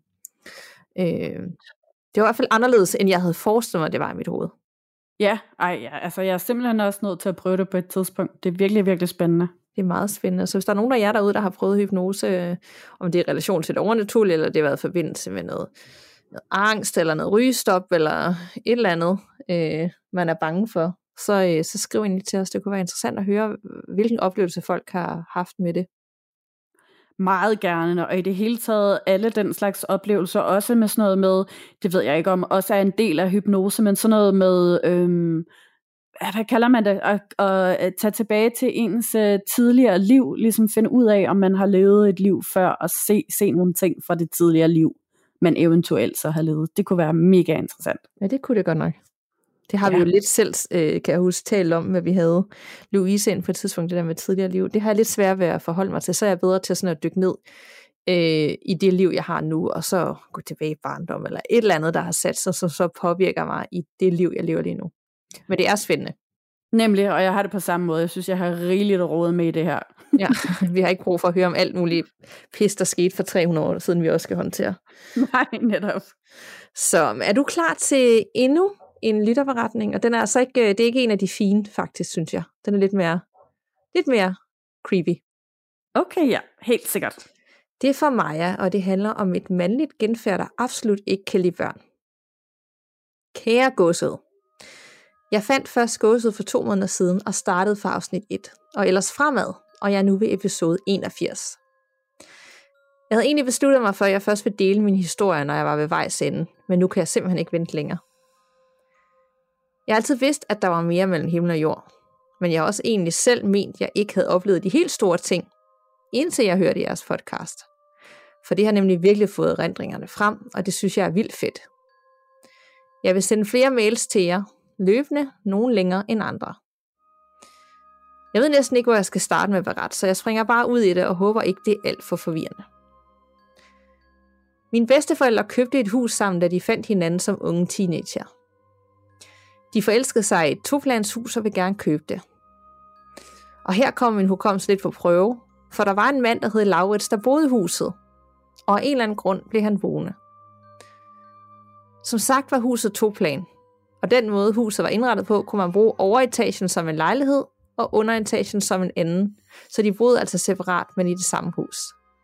Det var i hvert fald anderledes, end jeg havde forestillet mig, det var i mit hoved. Ja, altså jeg er simpelthen også nødt til at prøve det på et tidspunkt. Det er virkelig, virkelig spændende. Det er meget spændende. Så hvis der er nogen af jer derude, der har prøvet hypnose, om det er i relation til det overnaturlige, eller det har været i forbindelse med noget angst, eller noget rygestop, eller et eller andet, man er bange for, så skriv ind til os. Det kunne være interessant at høre, hvilken oplevelse folk har haft med det. Meget gerne, og i det hele taget alle den slags oplevelser, også med sådan noget med, det ved jeg ikke om, også er en del af hypnose, men sådan noget med, hvad kalder man det, at tage tilbage til ens tidligere liv, ligesom finde ud af, om man har levet et liv før, og se nogle ting fra det tidligere liv, man eventuelt så har levet. Det kunne være mega interessant. Ja, det kunne det godt nok. Det har vi jo lidt selv, kan jeg huske, talt om, hvad vi havde Louise ind på et tidspunkt, det der med tidligere liv. Det har jeg lidt svært ved at forholde mig til. Så er jeg bedre til sådan at dykke ned i det liv, jeg har nu, og så gå tilbage i barndom, eller et eller andet, der har sat sig, som så påvirker mig i det liv, jeg lever lige nu. Men det er spændende. Nemlig, og jeg har det på samme måde. Jeg synes, jeg har rigeligt råd med i det her. Ja, vi har ikke brug for at høre om alt muligt pis, der skete for 300 år siden, vi også skal håndtere. Nej, netop. Så er du klar til endnu en lytterberetning? Og den er altså ikke, det er ikke en af de fine, faktisk, synes jeg. Den er lidt mere creepy. Okay, ja, helt sikkert. Det er fra Maja, og det handler om et mandligt genfærd, der absolut ikke kan lide børn. Kære godset. Jeg fandt først godset for 2 måneder siden og startede fra afsnit 1, og ellers fremad, og jeg er nu ved episode 81. Jeg havde egentlig besluttet mig for, at jeg først vil dele min historie, når jeg var ved vejs ende, men nu kan jeg simpelthen ikke vente længere. Jeg har altid vidst, at der var mere mellem himmel og jord, men jeg har også egentlig selv ment, at jeg ikke havde oplevet de helt store ting, indtil jeg hørte jeres podcast. For det har nemlig virkelig fået erindringerne frem, og det synes jeg er vildt fedt. Jeg vil sende flere mails til jer, løbende, nogen længere end andre. Jeg ved næsten ikke, hvor jeg skal starte med at berette, så jeg springer bare ud i det og håber ikke, det er alt for forvirrende. Mine bedsteforældre købte et hus sammen, da de fandt hinanden som unge teenager. De forelskede sig i et 2-planshus og vil gerne købe det. Og her kom min hukommelse lidt på prøve, for der var en mand, der hed Laurits, der boede i huset, og af en eller anden grund blev han boende. Som sagt var huset 2-plan, og den måde huset var indrettet på, kunne man bruge overetagen som en lejlighed, og underetagen som en anden, så de boede altså separat, men i det samme hus.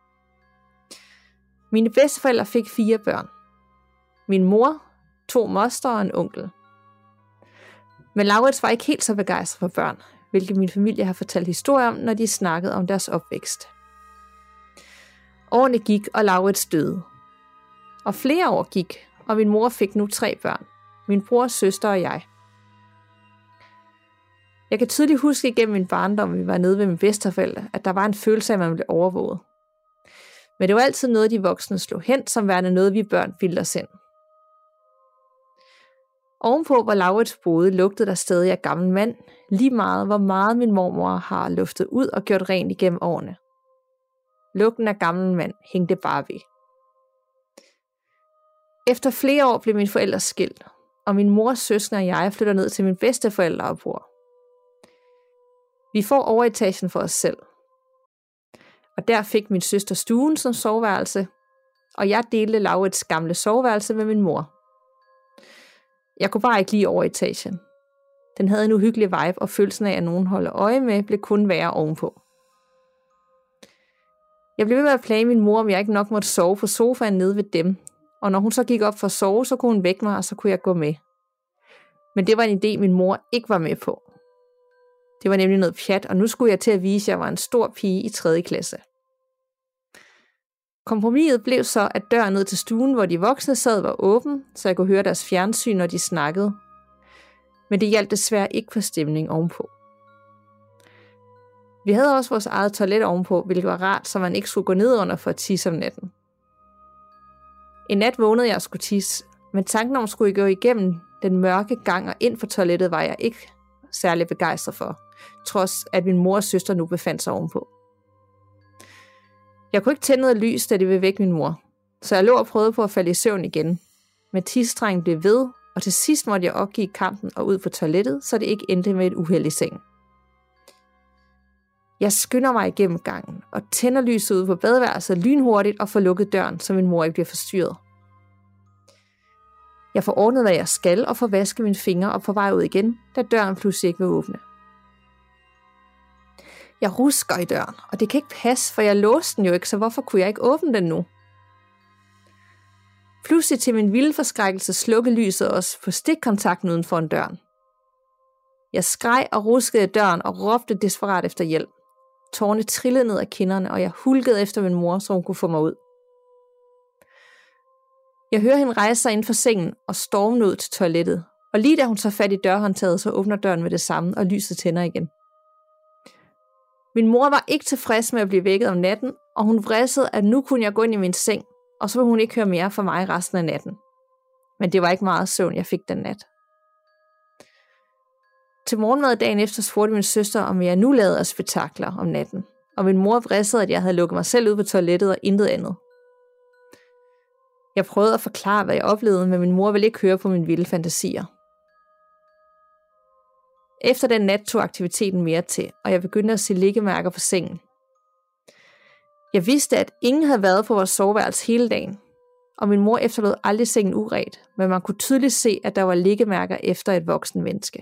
Mine bedsteforældre fik 4 børn. Min mor, 2 moster og en onkel. Men Laurits var ikke helt så begejstret for børn, hvilket min familie har fortalt historier om, når de snakkede om deres opvækst. Årene gik, og Laurits døde. Og flere år gik, og min mor fik nu 3 børn. Min bror, søster og jeg. Jeg kan tydeligt huske igennem min barndom, vi var nede ved mine bedsteforældre, at der var en følelse af, at man blev overvåget. Men det var altid noget, de voksne slog hen, som værende noget, vi børn bildte os ind. Ovenpå, hvor Laurits boede, lugtede der stadig af gammel mand, lige meget, hvor meget min mormor har luftet ud og gjort rent igennem årene. Lugten af gammel mand hængte bare ved. Efter flere år blev mine forældre skilt, og min mors søskende og jeg flytter ned til mine bedsteforældre og bor. Vi får overetagen for os selv. Og der fik min søster stuen som soveværelse, og jeg delte Laurits gamle soveværelse med min mor. Jeg kunne bare ikke lide overetagen. Den havde en uhyggelig vibe, og følelsen af, at nogen holder øje med, blev kun værre ovenpå. Jeg blev ved med at plage min mor, om jeg ikke nok måtte sove på sofaen nede ved dem, og når hun så gik op for at sove, så kunne hun vække mig, og så kunne jeg gå med. Men det var en idé, min mor ikke var med på. Det var nemlig noget pjat, og nu skulle jeg til at vise, at jeg var en stor pige i 3. klasse. Kompromiset blev så, at døren ned til stuen, hvor de voksne sad, var åben, så jeg kunne høre deres fjernsyn, når de snakkede. Men det hjalp desværre ikke på stemning ovenpå. Vi havde også vores eget toilet ovenpå, hvilket var rart, så man ikke skulle gå ned under for at tisse om natten. En nat vågnede jeg og skulle tisse, men tanken om at skulle gå igennem den mørke gang og ind for toilettet var jeg ikke særlig begejstret for, trods at min mor og søster nu befandt sig ovenpå. Jeg kunne ikke tænde noget lys, da de ville vække min mor, så jeg lå og prøvede på at falde i søvn igen. Men tissestrengen blev ved, og til sidst måtte jeg opgive kampen og ud på toilettet, så det ikke endte med et uheld i sengen. Jeg skynder mig igennem gangen og tænder lyset ude på badeværelset lynhurtigt og får lukket døren, så min mor ikke bliver forstyrret. Jeg får ordnet, hvad jeg skal, og får vasket mine fingre og på vej ud igen, da døren pludselig ikke vil åbne. Jeg rusker i døren, og det kan ikke passe, for jeg låste den jo ikke, så hvorfor kunne jeg ikke åbne den nu? Pludselig til min vilde forskrækkelse slukkede lyset også på stikkontakten uden for døren. Jeg skreg og ruskede i døren og råbte desperat efter hjælp. Tårerne trillede ned ad kinderne, og jeg hulkede efter min mor, så hun kunne få mig ud. Jeg hører hende rejse sig inden for sengen og storme ud til toilettet, og lige da hun tager fat i dørhåndtaget, så åbner døren med det samme, og lyset tænder igen. Min mor var ikke tilfreds med at blive vækket om natten, og hun vrissede, at nu kunne jeg gå ind i min seng, og så ville hun ikke høre mere fra mig resten af natten. Men det var ikke meget søvn, jeg fik den nat. Til morgenmad dagen efter spurgte min søster, om jeg nu lavede af spektakler om natten, og min mor vrissede, at jeg havde lukket mig selv ud på toilettet og intet andet. Jeg prøvede at forklare, hvad jeg oplevede, men min mor ville ikke høre på mine vilde fantasier. Efter den nat tog aktiviteten mere til, og jeg begyndte at se liggemærker på sengen. Jeg vidste, at ingen havde været på vores soveværelse hele dagen, og min mor efterlod aldrig sengen uret, men man kunne tydeligt se, at der var liggemærker efter et voksen menneske.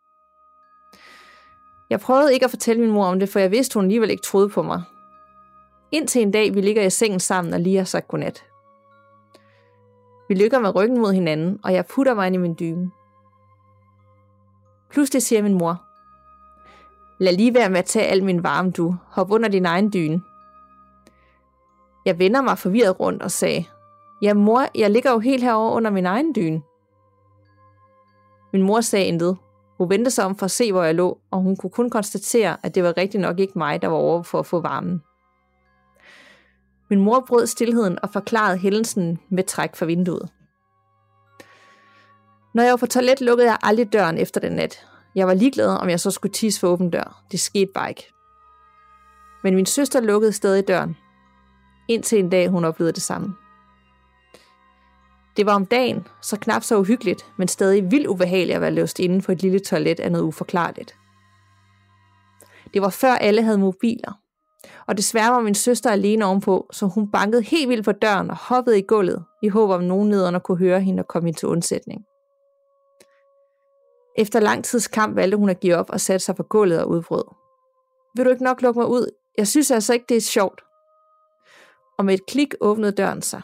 Jeg prøvede ikke at fortælle min mor om det, for jeg vidste, hun alligevel ikke troede på mig. Indtil en dag, vi ligger i sengen sammen og lige har sagt godnat. Vi ligger med ryggen mod hinanden, og jeg putter mig ind i min dyne. Pludselig siger min mor, lad lige være med at tage al min varme, du. Hop under din egen dyne. Jeg vender mig forvirret rundt og sagde, ja mor, jeg ligger jo helt herovre under min egen dyne. Min mor sagde intet. Hun vendte sig om for at se, hvor jeg lå, og hun kunne kun konstatere, at det var rigtig nok ikke mig, der var over for at få varmen. Min mor brød stilheden og forklarede hændelsen med træk fra vinduet. Når jeg var på toilet, lukkede jeg aldrig døren efter den nat. Jeg var ligeglad, om jeg så skulle tisse for åben dør. Det skete bare ikke. Men min søster lukkede stadig døren. Indtil en dag, hun oplevede det samme. Det var om dagen, så knap så uhyggeligt, men stadig vildt ubehageligt at være låst inde på et lille toilet af noget uforklarligt. Det var før alle havde mobiler. Og desværre var min søster alene ovenpå, så hun bankede helt vildt på døren og hoppede i gulvet, i håb om nogen nederne kunne høre hende og komme ind til undsætning. Efter lang tids kamp valgte hun at give op og satte sig på gulvet og udbrød. Vil du ikke nok lukke mig ud? Jeg synes altså ikke, det er sjovt. Og med et klik åbnede døren sig.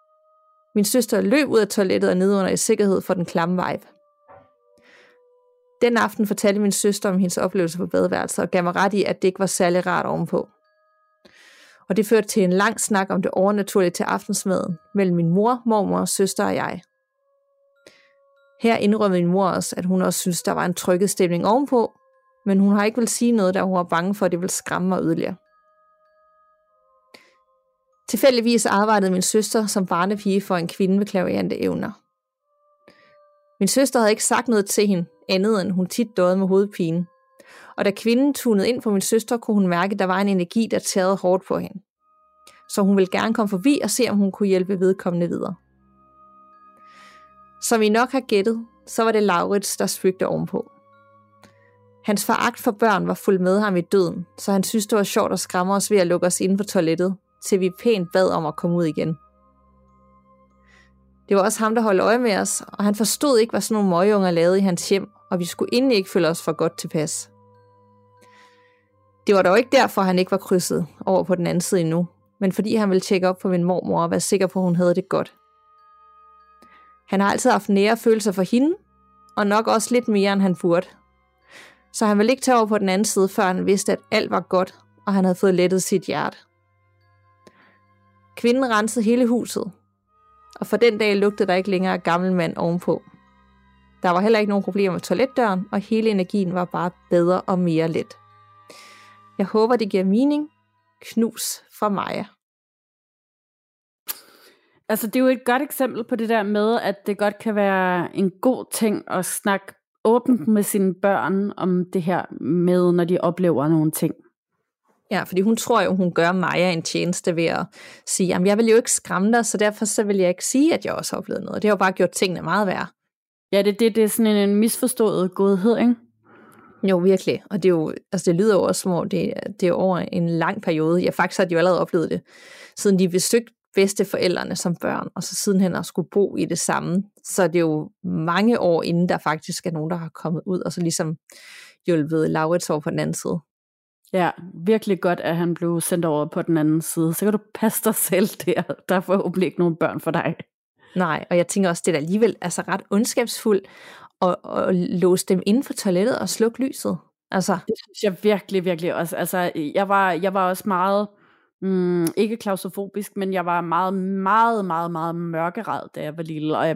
Min søster løb ud af toilettet og ned under i sikkerhed for den klamme vibe. Den aften fortalte min søster om hendes oplevelse på badeværelset og gav mig ret i, at det ikke var særlig rart ovenpå. Og det førte til en lang snak om det overnaturlige til aftensmaden mellem min mor, mormor, søster og jeg. Her indrømmede min mor også, at hun også synes, der var en trykket stemning ovenpå, men hun har ikke vil sige noget, da hun var bange for, at det ville skræmme mig yderligere. Tilfældigvis arbejdede min søster som barnepige for en kvinde med klaverante evner. Min søster havde ikke sagt noget til hende, andet end hun tit døde med hovedpine. Og da kvinden tunede ind på min søster, kunne hun mærke, at der var en energi, der tærede hårdt på hende. Så hun ville gerne komme forbi og se, om hun kunne hjælpe vedkommende videre. Som I nok har gættet, så var det Laurits, der spøgte ovenpå. Hans foragt for børn var fuldt med ham i døden, så han syntes, det var sjovt at skræmme os ved at lukke os inde på toilettet, til vi pænt bad om at komme ud igen. Det var også ham, der holdt øje med os, og han forstod ikke, hvad sådan nogle møgunger lavede i hans hjem, og vi skulle endelig ikke føle os for godt tilpas. Det var dog ikke derfor, han ikke var krydset over på den anden side endnu, men fordi han ville tjekke op på min mormor og være sikker på, at hun havde det godt. Han har altid haft nære følelser for hende, og nok også lidt mere, end han burde. Så han ville ikke tage over på den anden side, før han vidste, at alt var godt, og han havde fået lettet sit hjerte. Kvinden rensede hele huset, og for den dag lugtede der ikke længere gammel mand ovenpå. Der var heller ikke nogen problemer med toiletdøren, og hele energien var bare bedre og mere let. Jeg håber, det giver mening. Knus fra Maja. Altså, det er jo et godt eksempel på det der med, at det godt kan være en god ting at snakke åbent med sine børn om det her med, når de oplever nogle ting. Ja, fordi hun tror jo, hun gør Maja en tjeneste ved at sige, jamen jeg vil jo ikke skræmme dig, så derfor så vil jeg ikke sige, at jeg også har oplevet noget. Det har jo bare gjort tingene meget værre. Ja, det er sådan en misforstået godhed, ikke? Jo, virkelig. Og det, er jo, altså det lyder jo også, som om det er over en lang periode. Ja, faktisk har de jo allerede oplevet det, siden de besøgte bedsteforældrene som børn, og så sidenhen at skulle bo i det samme. Så det er jo mange år inden, der faktisk er nogen, der har kommet ud, og så ligesom hjulpet Laurits over på den anden side. Ja, virkelig godt, at han blev sendt over på den anden side. Så kan du passe dig selv der. Der er forhåbentlig ikke nogen børn for dig. Nej, og jeg tænker også, det er alligevel altså ret ondskabsfuldt at låse dem inden for toilettet og slukke lyset. Altså. Det synes jeg virkelig, virkelig også. Altså, jeg var også meget, ikke klaustrofobisk, men jeg var meget, meget, meget, meget mørkeret, da jeg var lille. Og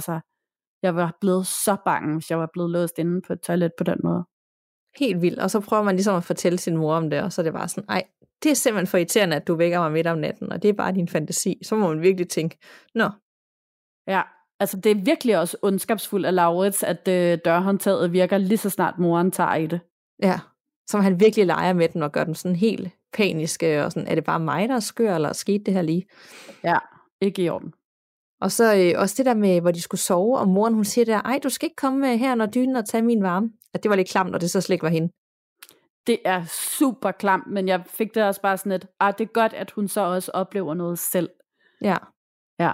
jeg var blevet så bange, hvis jeg var blevet låst inde på et toilet på den måde. Helt vildt. Og så prøver man ligesom at fortælle sin mor om det, og så er det bare sådan, ej, det er simpelthen for irriterende, at du vækker mig midt om natten, og det er bare din fantasi. Så må man virkelig tænke, nå. Ja, altså det er virkelig også ondskabsfuldt af Laurits, at dørhåndtaget virker lige så snart moren tager i det. Ja, som han virkelig leger med den og gør dem sådan helt paniske, og sådan, er det bare mig, der er skør, eller skete det her lige? Ja, ikke i orden. Og så også det der med, hvor de skulle sove, og moren hun siger der, ej, du skal ikke komme her under dynen og tage min varme. At det var lidt klamt, og det så slet ikke var hende. Det er super klamt, men jeg fik det også bare sådan et, det er godt, at hun så også oplever noget selv. Ja. Ja.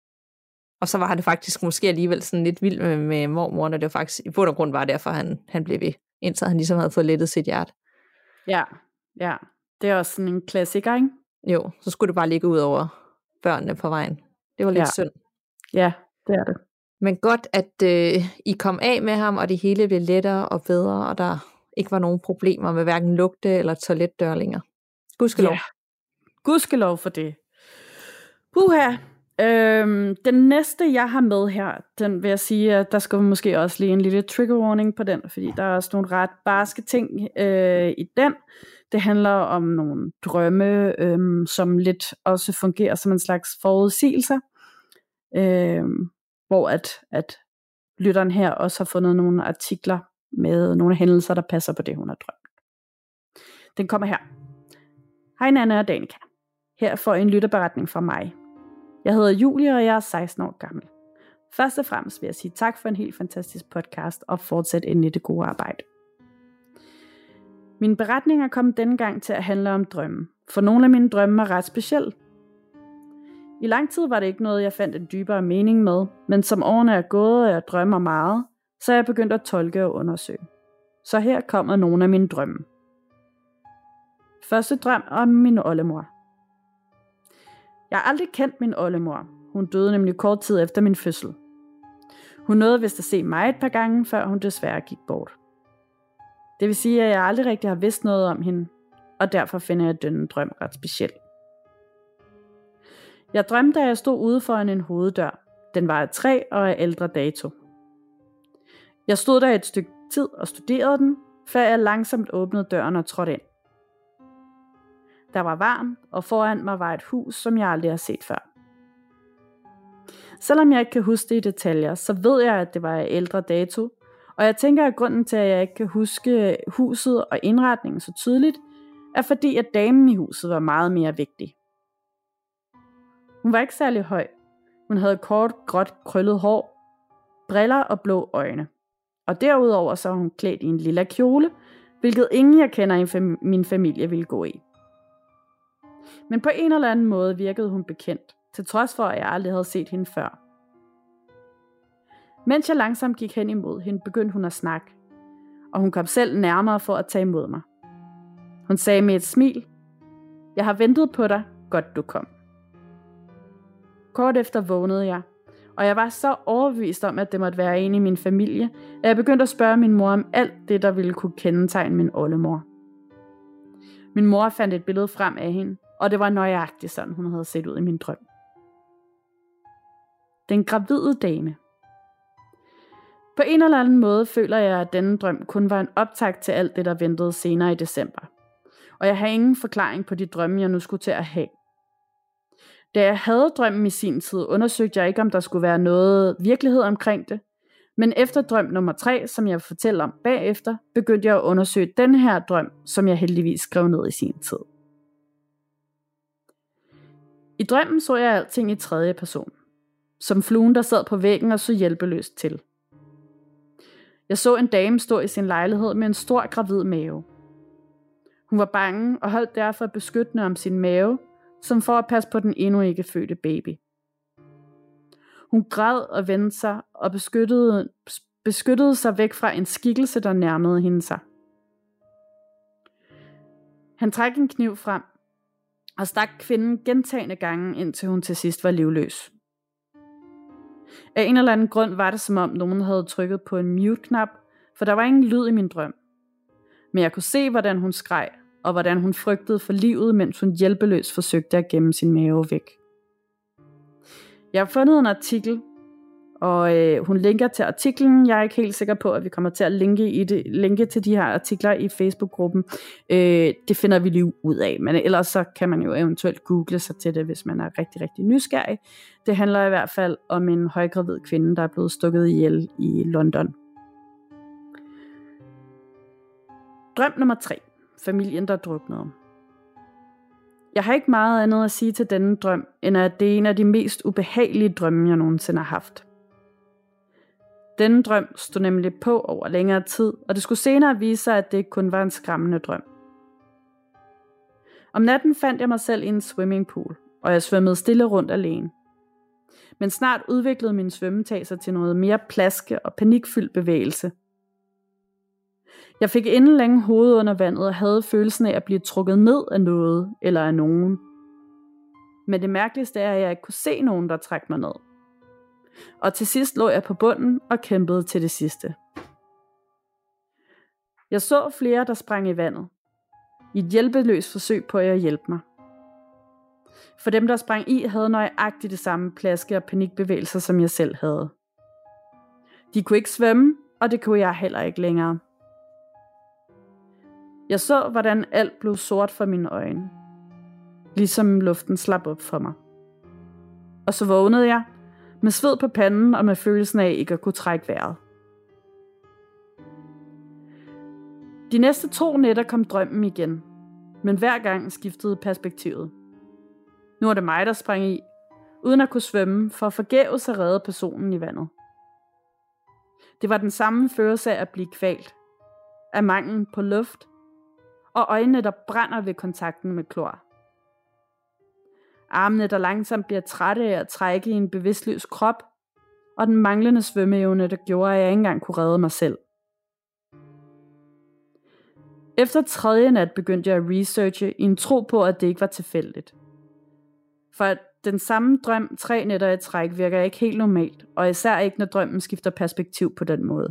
Og så var det faktisk måske alligevel sådan lidt vild med mormoren, og det var faktisk i bund og grund var derfor, han blev ved, indtil han ligesom havde fået lettet sit hjerte. Ja, ja. Det er også sådan en klassiker, ikke? Jo, så skulle det bare ligge ud over børnene på vejen. Det var lidt synd. Ja, det er det. Men godt, at I kom af med ham, og det hele blev lettere og bedre, og der ikke var nogen problemer med hverken lugte eller toiletdør længere. Gudskelov. Ja. Gudskelov for det. Puha. Den næste, jeg har med her, den vil jeg sige, at der skal måske også lige en lille trigger warning på den, fordi der er også nogle ret barske ting i den. Det handler om nogle drømme, som lidt også fungerer som en slags forudsigelser, hvor at lytteren her også har fundet nogle artikler med nogle hændelser, der passer på det, hun har drømt. Den kommer her. Hej Nanna og Danika. Her får I en lytterberetning fra mig. Jeg hedder Julie, og jeg er 16 år gammel. Først og fremmest vil jeg sige tak for en helt fantastisk podcast, og fortsæt ind i det gode arbejde. Mine beretninger kom denne gang til at handle om drømme, for nogle af mine drømme er ret specielle. I lang tid var det ikke noget, jeg fandt en dybere mening med, men som årene er gået, og jeg drømmer meget, så er jeg begyndt at tolke og undersøge. Så her kommer nogle af mine drømme. Første drøm om min oldemor. Jeg har aldrig kendt min oldemor. Hun døde nemlig kort tid efter min fødsel. Hun nåede vist at se mig et par gange, før hun desværre gik bort. Det vil sige, at jeg aldrig rigtig har vidst noget om hende, og derfor finder jeg denne drøm ret speciel. Jeg drømte, at jeg stod ude foran en hoveddør. Den var af træ og af ældre dato. Jeg stod der et stykke tid og studerede den, før jeg langsomt åbnede døren og trådte ind. Der var varmt, og foran mig var et hus, som jeg aldrig har set før. Selvom jeg ikke kan huske det i detaljer, så ved jeg, at det var af ældre dato, og jeg tænker, at grunden til, at jeg ikke kan huske huset og indretningen så tydeligt, er fordi, at damen i huset var meget mere vigtig. Hun var ikke særlig høj. Hun havde kort, gråt, krøllet hår, briller og blå øjne. Og derudover så var hun klædt i en lille kjole, hvilket ingen jeg kender i min familie ville gå i. Men på en eller anden måde virkede hun bekendt, til trods for, at jeg aldrig havde set hende før. Mens jeg langsomt gik hen imod hende, begyndte hun at snakke, og hun kom selv nærmere for at tage imod mig. Hun sagde med et smil, "Jeg har ventet på dig, godt du kom." Kort efter vågnede jeg, og jeg var så overbevist om, at det måtte være en i min familie, at jeg begyndte at spørge min mor om alt det, der ville kunne kendetegne min oldemor. Min mor fandt et billede frem af hende, og det var nøjagtigt sådan, hun havde set ud i min drøm. Den gravide dame. På en eller anden måde føler jeg, at denne drøm kun var en optakt til alt det, der ventede senere i december. Og jeg har ingen forklaring på de drømme, jeg nu skulle til at have. Da jeg havde drømmen i sin tid, undersøgte jeg ikke, om der skulle være noget virkelighed omkring det. Men efter drøm nummer 3, som jeg vil fortælle om bagefter, begyndte jeg at undersøge den her drøm, som jeg heldigvis skrev ned i sin tid. I drømmen så jeg alting i tredje person. Som fluen, der sad på væggen og så hjælpeløst til. Jeg så en dame stå i sin lejlighed med en stor gravid mave. Hun var bange og holdt derfor beskyttende om sin mave, som for at passe på den endnu ikke fødte baby. Hun græd og vendte sig og beskyttede sig væk fra en skikkelse, der nærmede hende sig. Han trak en kniv frem og stak kvinden gentagne gange, indtil hun til sidst var livløs. Af en eller anden grund var det, som om nogen havde trykket på en mute-knap, for der var ingen lyd i min drøm. Men jeg kunne se, hvordan hun skreg, og hvordan hun frygtede for livet, mens hun hjælpeløst forsøgte at gemme sin mave væk. Jeg har fundet en artikel, og hun linker til artiklen. Jeg er ikke helt sikker på, at vi kommer til at linke til de her artikler i Facebook-gruppen. Det finder vi lige ud af, men ellers så kan man jo eventuelt google sig til det, hvis man er rigtig, rigtig nysgerrig. Det handler i hvert fald om en højgravid kvinde, der er blevet stukket ihjel i London. Drøm nummer 3. Familien, der druknede. Jeg har ikke meget andet at sige til denne drøm, end at det er en af de mest ubehagelige drømme, jeg nogensinde har haft. Denne drøm stod nemlig på over længere tid, og det skulle senere vise sig, at det ikke kun var en skræmmende drøm. Om natten fandt jeg mig selv i en swimmingpool, og jeg svømmede stille rundt alene. Men snart udviklede min svømmetag sig til noget mere plaske og panikfyldt bevægelse. Jeg fik inden længe hovedet under vandet og havde følelsen af at blive trukket ned af noget eller af nogen. Men det mærkeligste er, at jeg ikke kunne se nogen, der trak mig ned. Og til sidst lå jeg på bunden og kæmpede til det sidste. Jeg så flere, der sprang i vandet. I et hjælpeløst forsøg på at hjælpe mig. For dem, der sprang i, havde nøjagtigt det samme plaske og panikbevægelser, som jeg selv havde. De kunne ikke svømme, og det kunne jeg heller ikke længere. Jeg så, hvordan alt blev sort for mine øjne. Ligesom luften slap op for mig. Og så vågnede jeg, med sved på panden og med følelsen af ikke at kunne trække vejret. De næste 2 nætter kom drømmen igen, men hver gang skiftede perspektivet. Nu var det mig, der sprang i, uden at kunne svømme, for at forgæves at redde personen i vandet. Det var den samme følelse af at blive kvalt, af manglen på luft, og øjnene, der brænder ved kontakten med klor. Armene, der langsomt bliver trætte af at trække i en bevidstløs krop, og den manglende svømmeevne, der gjorde, at jeg ikke engang kunne redde mig selv. Efter 3. nat begyndte jeg at researche i en tro på, at det ikke var tilfældigt. For den samme drøm 3 nætter i træk virker ikke helt normalt, og især ikke, når drømmen skifter perspektiv på den måde.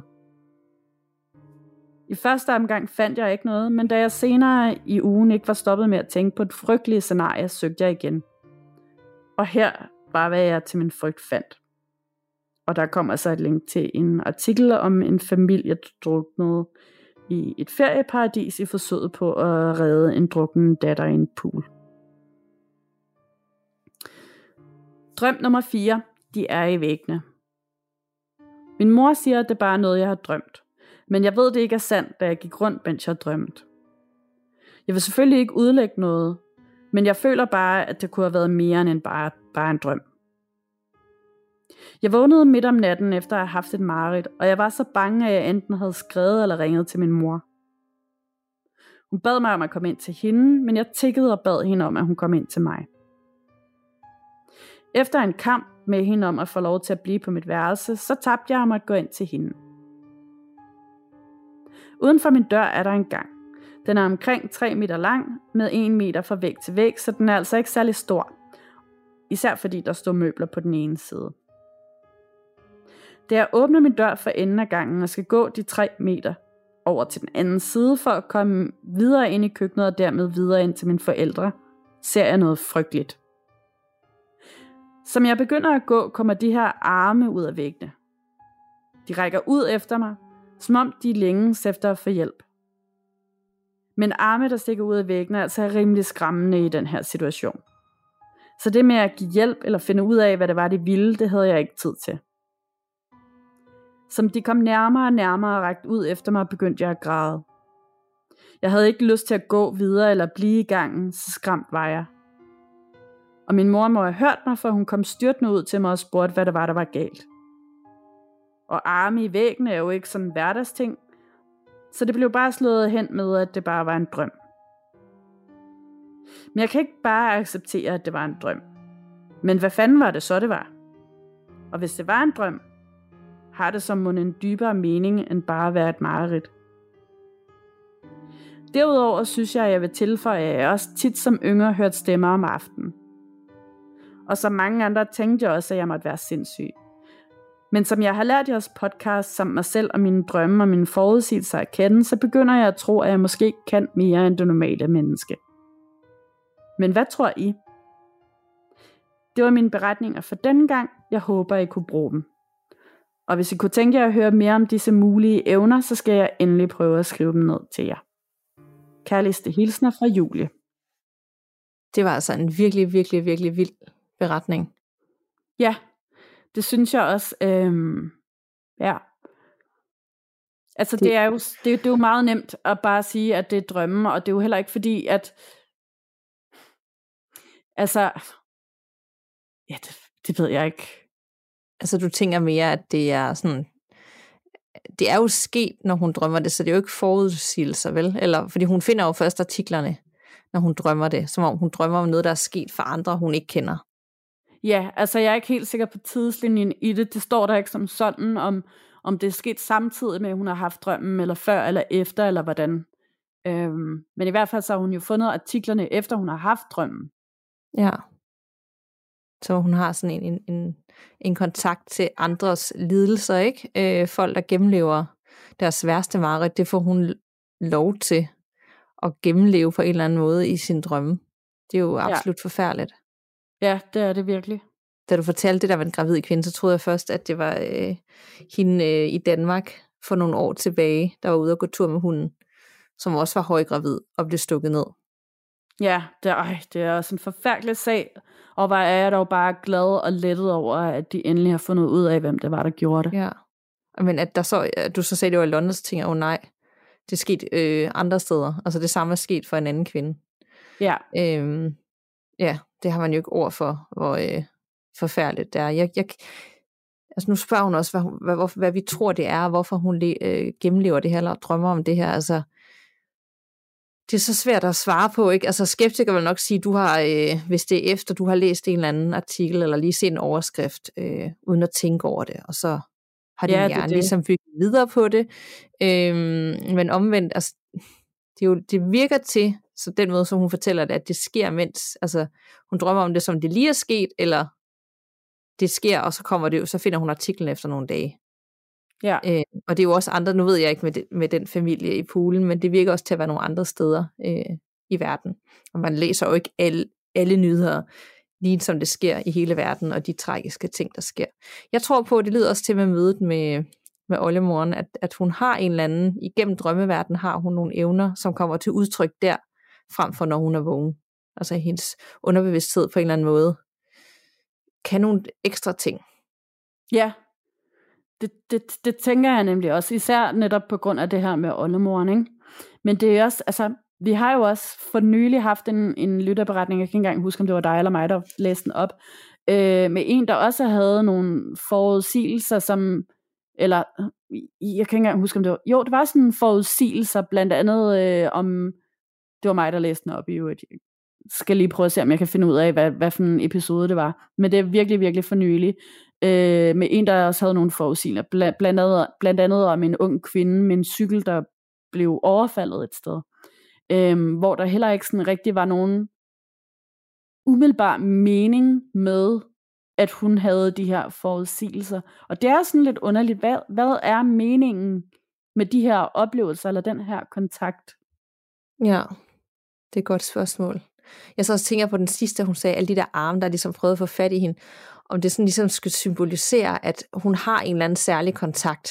I første omgang fandt jeg ikke noget, men da jeg senere i ugen ikke var stoppet med at tænke på et frygteligt scenarie, søgte jeg igen. Og her var, hvad jeg til min frygt fandt. Og der kom altså et link til en artikel om en familie, der druknede i et ferieparadis i forsøget på at redde en drukken datter i en pool. Drøm nummer 4. De er i væggene. Min mor siger, at det bare er noget, jeg har drømt. Men jeg ved, det ikke er sandt, da jeg gik rundt, mens jeg drømte. Jeg vil selvfølgelig ikke udlægge noget, men jeg føler bare, at det kunne have været mere end bare en drøm. Jeg vågnede midt om natten efter at have haft et mareridt, og jeg var så bange, at jeg enten havde skrevet eller ringet til min mor. Hun bad mig om at komme ind til hende, men jeg tiggede og bad hende om, at hun kom ind til mig. Efter en kamp med hende om at få lov til at blive på mit værelse, så tabte jeg om at gå ind til hende. Uden for min dør er der en gang. Den er omkring 3 meter lang, med 1 meter fra væg til væg, så den er altså ikke særlig stor. Især fordi der står møbler på den ene side. Da jeg åbner min dør for enden af gangen og skal gå de 3 meter over til den anden side for at komme videre ind i køkkenet og dermed videre ind til mine forældre, ser jeg noget frygteligt. Som jeg begynder at gå, kommer de her arme ud af væggene. De rækker ud efter mig, som om de længes efter at få hjælp. Men arme, der stikker ud af væggene, er altså rimelig skræmmende i den her situation. Så det med at give hjælp eller finde ud af, hvad det var, de ville, det havde jeg ikke tid til. Som de kom nærmere og nærmere og rakte ud efter mig, begyndte jeg at græde. Jeg havde ikke lyst til at gå videre eller blive i gangen, så skræmt var jeg. Og min mor må have hørt mig, for hun kom styrtende ud til mig og spurgte, hvad det var, der var galt. Og arme i væggene er jo ikke sådan en hverdagsting, så det blev bare slået hen med, at det bare var en drøm. Men jeg kan ikke bare acceptere, at det var en drøm. Men hvad fanden var det så, det var? Og hvis det var en drøm, har det som en dybere mening, end bare at være et mareridt. Derudover synes jeg vil tilføje, at jeg også tit som yngre hørte stemmer om aftenen. Og som mange andre tænkte jeg også, at jeg måtte være sindssyg. Men som jeg har lært jeres podcast samt mig selv og mine drømme og mine forudsigelser at kende, så begynder jeg at tro, at jeg måske kan mere end det normale menneske. Men hvad tror I? Det var mine beretninger for denne gang. Jeg håber, I kunne bruge dem. Og hvis I kunne tænke jer at høre mere om disse mulige evner, så skal jeg endelig prøve at skrive dem ned til jer. Kærligste hilsner fra Julie. Det var altså en virkelig, virkelig, virkelig vild beretning. Ja, det synes jeg også. Ja. Altså det er jo meget nemt at bare sige, at det er drømme, og det er jo heller ikke fordi, at altså, ja, det ved jeg ikke. Altså du tænker mere, at det er sådan, det er jo sket, når hun drømmer det, så det er jo ikke forudsigelser, vel? Eller, fordi hun finder jo først artiklerne, når hun drømmer det, som om hun drømmer om noget, der er sket for andre, hun ikke kender. Ja, altså jeg er ikke helt sikker på tidslinjen i det. Det står der ikke som sådan, om det er sket samtidig med, at hun har haft drømmen, eller før, eller efter, eller hvordan. Men i hvert fald så har hun jo fundet artiklerne, efter hun har haft drømmen. Ja. Så hun har sådan en kontakt til andres lidelser, ikke? Folk, der gennemlever deres værste mareridt, det får hun lov til at gennemleve på en eller anden måde i sin drømme. Det er jo absolut forfærdeligt. Ja, det er det virkelig. Da du fortalte det der med en gravid kvinde, så troede jeg først, at det var hende i Danmark for nogle år tilbage, der var ude og gå tur med hunden, som også var højgravid og blev stukket ned. Ja, det er også en forfærdelig sag, og hvor er jeg dog bare glad og lettet over, at de endelig har fundet ud af, hvem det var, der gjorde det. Ja, men at du så sagde, det var i London, så tænker jeg, nej, det er sket andre steder. Altså det samme er sket for en anden kvinde. Ja. Ja, det har man jo ikke ord for, hvor forfærdeligt det er. Altså nu spørger hun også, hvad vi tror det er, og hvorfor hun gennemlever det her, eller drømmer om det her. Altså, det er så svært at svare på, ikke? Altså skeptikere vil nok sige, du har, hvis det er efter, du har læst en eller anden artikel, eller lige set en overskrift, uden at tænke over det, og så har din hjerne ligesom bygget videre på det. Men omvendt, altså, Det virker til, så den måde, som hun fortæller det, at det sker mens, altså hun drømmer om det, som det lige er sket, eller det sker, og så finder hun artiklen efter nogle dage. Ja. Og det er jo også andre, nu ved jeg ikke med den familie i poolen, men det virker også til at være nogle andre steder i verden. Og man læser jo ikke alle nyheder, lige som det sker i hele verden, og de tragiske ting, der sker. Jeg tror på, at det lyder også til med mødet med oldemoren, at hun har en eller anden, igennem drømmeverdenen har hun nogle evner, som kommer til udtryk der, frem for når hun er vågen. Altså hendes underbevidsthed på en eller anden måde kan nogle ekstra ting. Ja, det tænker jeg nemlig også, især netop på grund af det her med oldemoren, ikke? Men det er også, altså, vi har jo også for nylig haft en lytterberetning, jeg kan ikke engang huske, om det var dig eller mig, der læste den op, med en, der også havde nogle forudsigelser, eller jeg kan ikke engang huske, om det var, jo, det var sådan forudsigelser, blandt andet om, det var mig, der læste den op i øvrigt. Jeg skal lige prøve at se, om jeg kan finde ud af, hvad for en episode det var. Men det er virkelig, virkelig for nylig. Med en, der også havde nogle forudsigelser, blandt andet om en ung kvinde med en cykel, der blev overfaldet et sted. Hvor der heller ikke sådan rigtig var nogen umiddelbar mening med, at hun havde de her forudsigelser. Og det er sådan lidt underligt, hvad er meningen med de her oplevelser, eller den her kontakt? Ja, det er et godt spørgsmål. Jeg så også tænker på den sidste, hun sagde, alle de der arme, der ligesom prøvede at få fat i hende, om det sådan ligesom skulle symbolisere, at hun har en eller anden særlig kontakt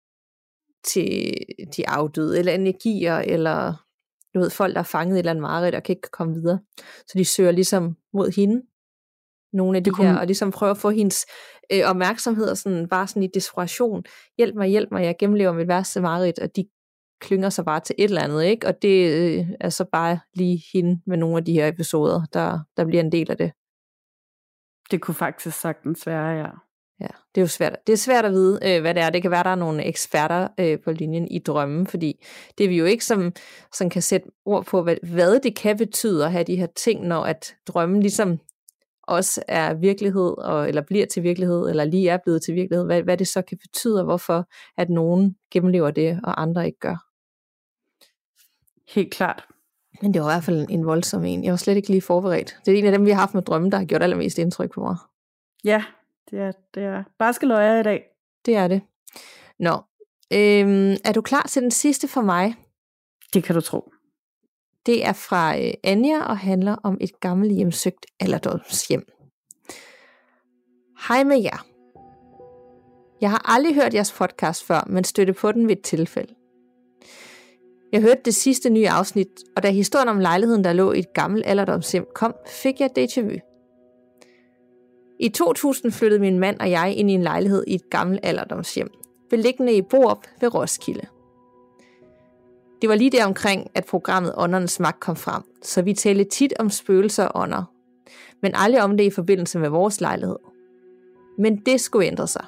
til de afdøde, eller energier, eller du ved, folk, der er fanget i et eller andet mareridt, og kan ikke komme videre. Så de søger ligesom mod hende, nogle af de her, og ligesom prøver at få hendes opmærksomhed, og sådan, bare sådan i desperation. Hjælp mig, jeg gennemlever mit værste mareridt, og de klynger sig bare til et eller andet, ikke? Og det er så bare lige hende med nogle af de her episoder, der bliver en del af det. Det kunne faktisk sagtens være, ja. Ja, det er jo svært. Det er svært at vide, hvad det er. Det kan være, der er nogle eksperter på linjen i drømmen, fordi det er vi jo ikke, som kan sætte ord på, hvad det kan betyde at have de her ting, når at drømmen ligesom også er virkelighed, eller bliver til virkelighed, eller lige er blevet til virkelighed. Hvad det så kan betyde, og hvorfor at nogen gennemlever det, og andre ikke gør. Helt klart. Men det var i hvert fald en voldsom en. Jeg var slet ikke lige forberedt. Det er en af dem, vi har haft med drømme, der har gjort allermest indtryk på mig. Ja, det er barske løjer i dag. Det er det. Nå, er du klar til den sidste for mig? Det kan du tro. Det er fra Anja og handler om et gammelt hjemsøgt alderdomshjem. Hej med jer. Jeg har aldrig hørt jeres podcast før, men stødte på den ved et tilfælde. Jeg hørte det sidste nye afsnit, og da historien om lejligheden, der lå i et gammelt alderdomshjem, kom, fik jeg déjà vu. I 2000 flyttede min mand og jeg ind i en lejlighed i et gammelt alderdomshjem, beliggende i Borup ved Roskilde. Det var lige der omkring, at programmet Åndernes Magt kom frem, så vi talte tit om spøgelser og ånder, men aldrig om det i forbindelse med vores lejlighed. Men det skulle ændre sig.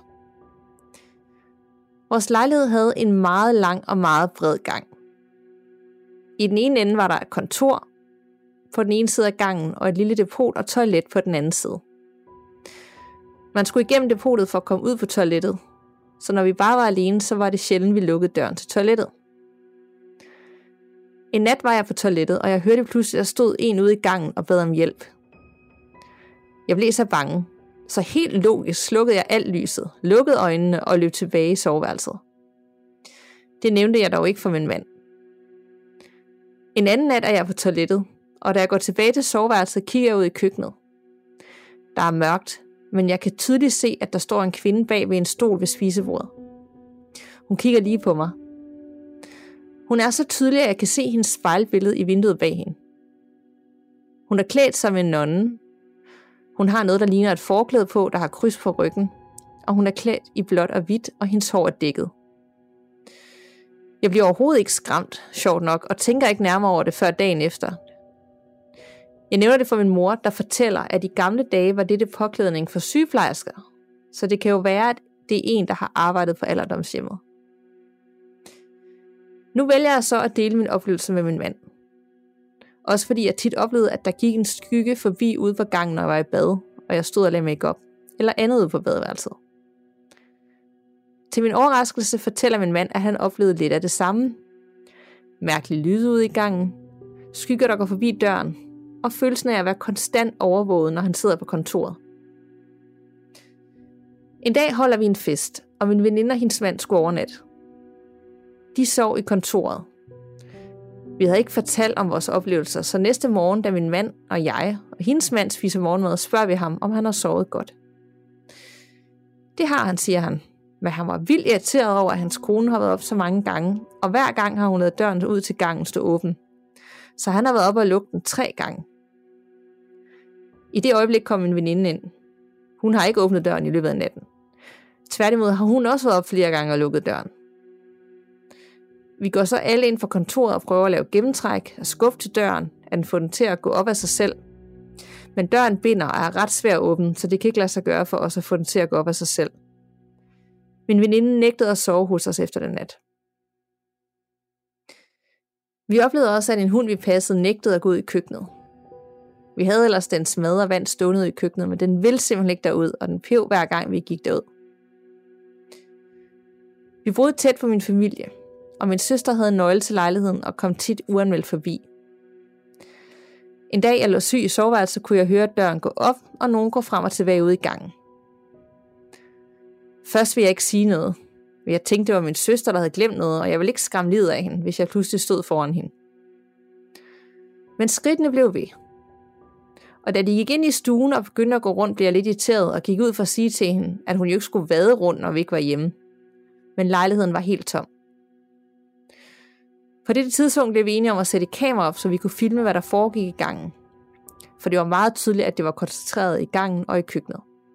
Vores lejlighed havde en meget lang og meget bred gang. I den ene ende var der et kontor på den ene side af gangen, og et lille depot og toilet på den anden side. Man skulle igennem depotet for at komme ud på toilettet, så når vi bare var alene, så var det sjældent, vi lukkede døren til toilettet. En nat var jeg på toilettet, og jeg hørte pludselig, at der stod en ude i gangen og bad om hjælp. Jeg blev så bange, så helt logisk slukkede jeg alt lyset, lukkede øjnene og løb tilbage i soveværelset. Det nævnte jeg dog ikke for min mand. En anden nat er jeg på toilettet, og da jeg går tilbage til soveværelset, kigger jeg ud i køkkenet. Der er mørkt, men jeg kan tydeligt se, at der står en kvinde bag ved en stol ved spisebordet. Hun kigger lige på mig. Hun er så tydelig, at jeg kan se hendes spejlbillede i vinduet bag hende. Hun er klædt som en nonne. Hun har noget, der ligner et forklæde på, der har kryds på ryggen, og hun er klædt i blåt og hvidt, og hendes hår er dækket. Jeg bliver overhovedet ikke skræmt, sjovt nok, og tænker ikke nærmere over det før dagen efter. Jeg nævner det for min mor, der fortæller, at i gamle dage var dette påklædning for sygeplejersker, så det kan jo være, at det er en, der har arbejdet på alderdomshjemmet. Nu vælger jeg så at dele min oplevelse med min mand. Også fordi jeg tit oplevede, at der gik en skygge forbi ude på gangen, når jeg var i bad, og jeg stod og lagde make-up, eller andet ude på badeværelset. Til min overraskelse fortæller min mand, at han oplevede lidt af det samme. mærkelige lyde ude i gangen, skygger, der går forbi døren, og følelsen af at være konstant overvåget, når han sidder på kontoret. En dag holder vi en fest, og min veninde og hendes mand skulle overnatte. De sov i kontoret. Vi havde ikke fortalt om vores oplevelser, så næste morgen, da min mand og jeg og hendes mand spiser morgenmad, spørger vi ham, om han har sovet godt. Det har han, siger han, men han var vildt irriteret over, at hans kone har været op så mange gange, og hver gang har hun ladet døren ud til gangen stå åben. Så han har været op og lukket den 3 gange. I det øjeblik kom min veninde ind. Hun har ikke åbnet døren i løbet af natten. Tværtimod har hun også været op flere gange og lukket døren. Vi går så alle ind for kontoret og prøver at lave gennemtræk og skubbe til døren, at få den til at gå op af sig selv. Men døren binder og er ret svær at åbne, så det kan ikke lade sig gøre for os at få den til at gå op af sig selv. Min veninde nægtede at sove hos os efter den nat. Vi oplevede også, at en hund, vi passede, nægtede at gå ud i køkkenet. Vi havde ellers den smadre vand stående i køkkenet, men den ville simpelthen ikke derud, og den pev hver gang vi gik derud. Vi boede tæt på min familie, og min søster havde en nøgle til lejligheden og kom tit uanmeldt forbi. En dag jeg lå syg i soveværelset, kunne jeg høre døren gå op, og nogen går frem og tilbage ude i gangen. Først ville jeg ikke sige noget, men jeg tænkte, det var min søster, der havde glemt noget, og jeg ville ikke skræmme livet af hende, hvis jeg pludselig stod foran hende. Men skridtene blev ved. Og da de gik ind i stuen og begyndte at gå rundt, blev jeg lidt irriteret og gik ud for at sige til hende, at hun jo ikke skulle vade rundt, når vi ikke var hjemme. Men lejligheden var helt tom. På det tidspunkt blev vi enige om at sætte kamera op, så vi kunne filme, hvad der foregik i gangen. For det var meget tydeligt, at det var koncentreret i gangen og i køkkenet.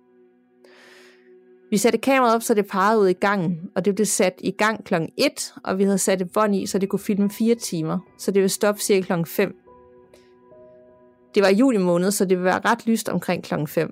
Vi satte kameraet op, så det pegede ud i gangen, og det blev sat i gang kl. 1, og vi havde sat et bånd i, så det kunne filme 4 timer, så det ville stoppe cirka kl. 5. Det var juli måned, så det ville være ret lyst omkring kl. 5.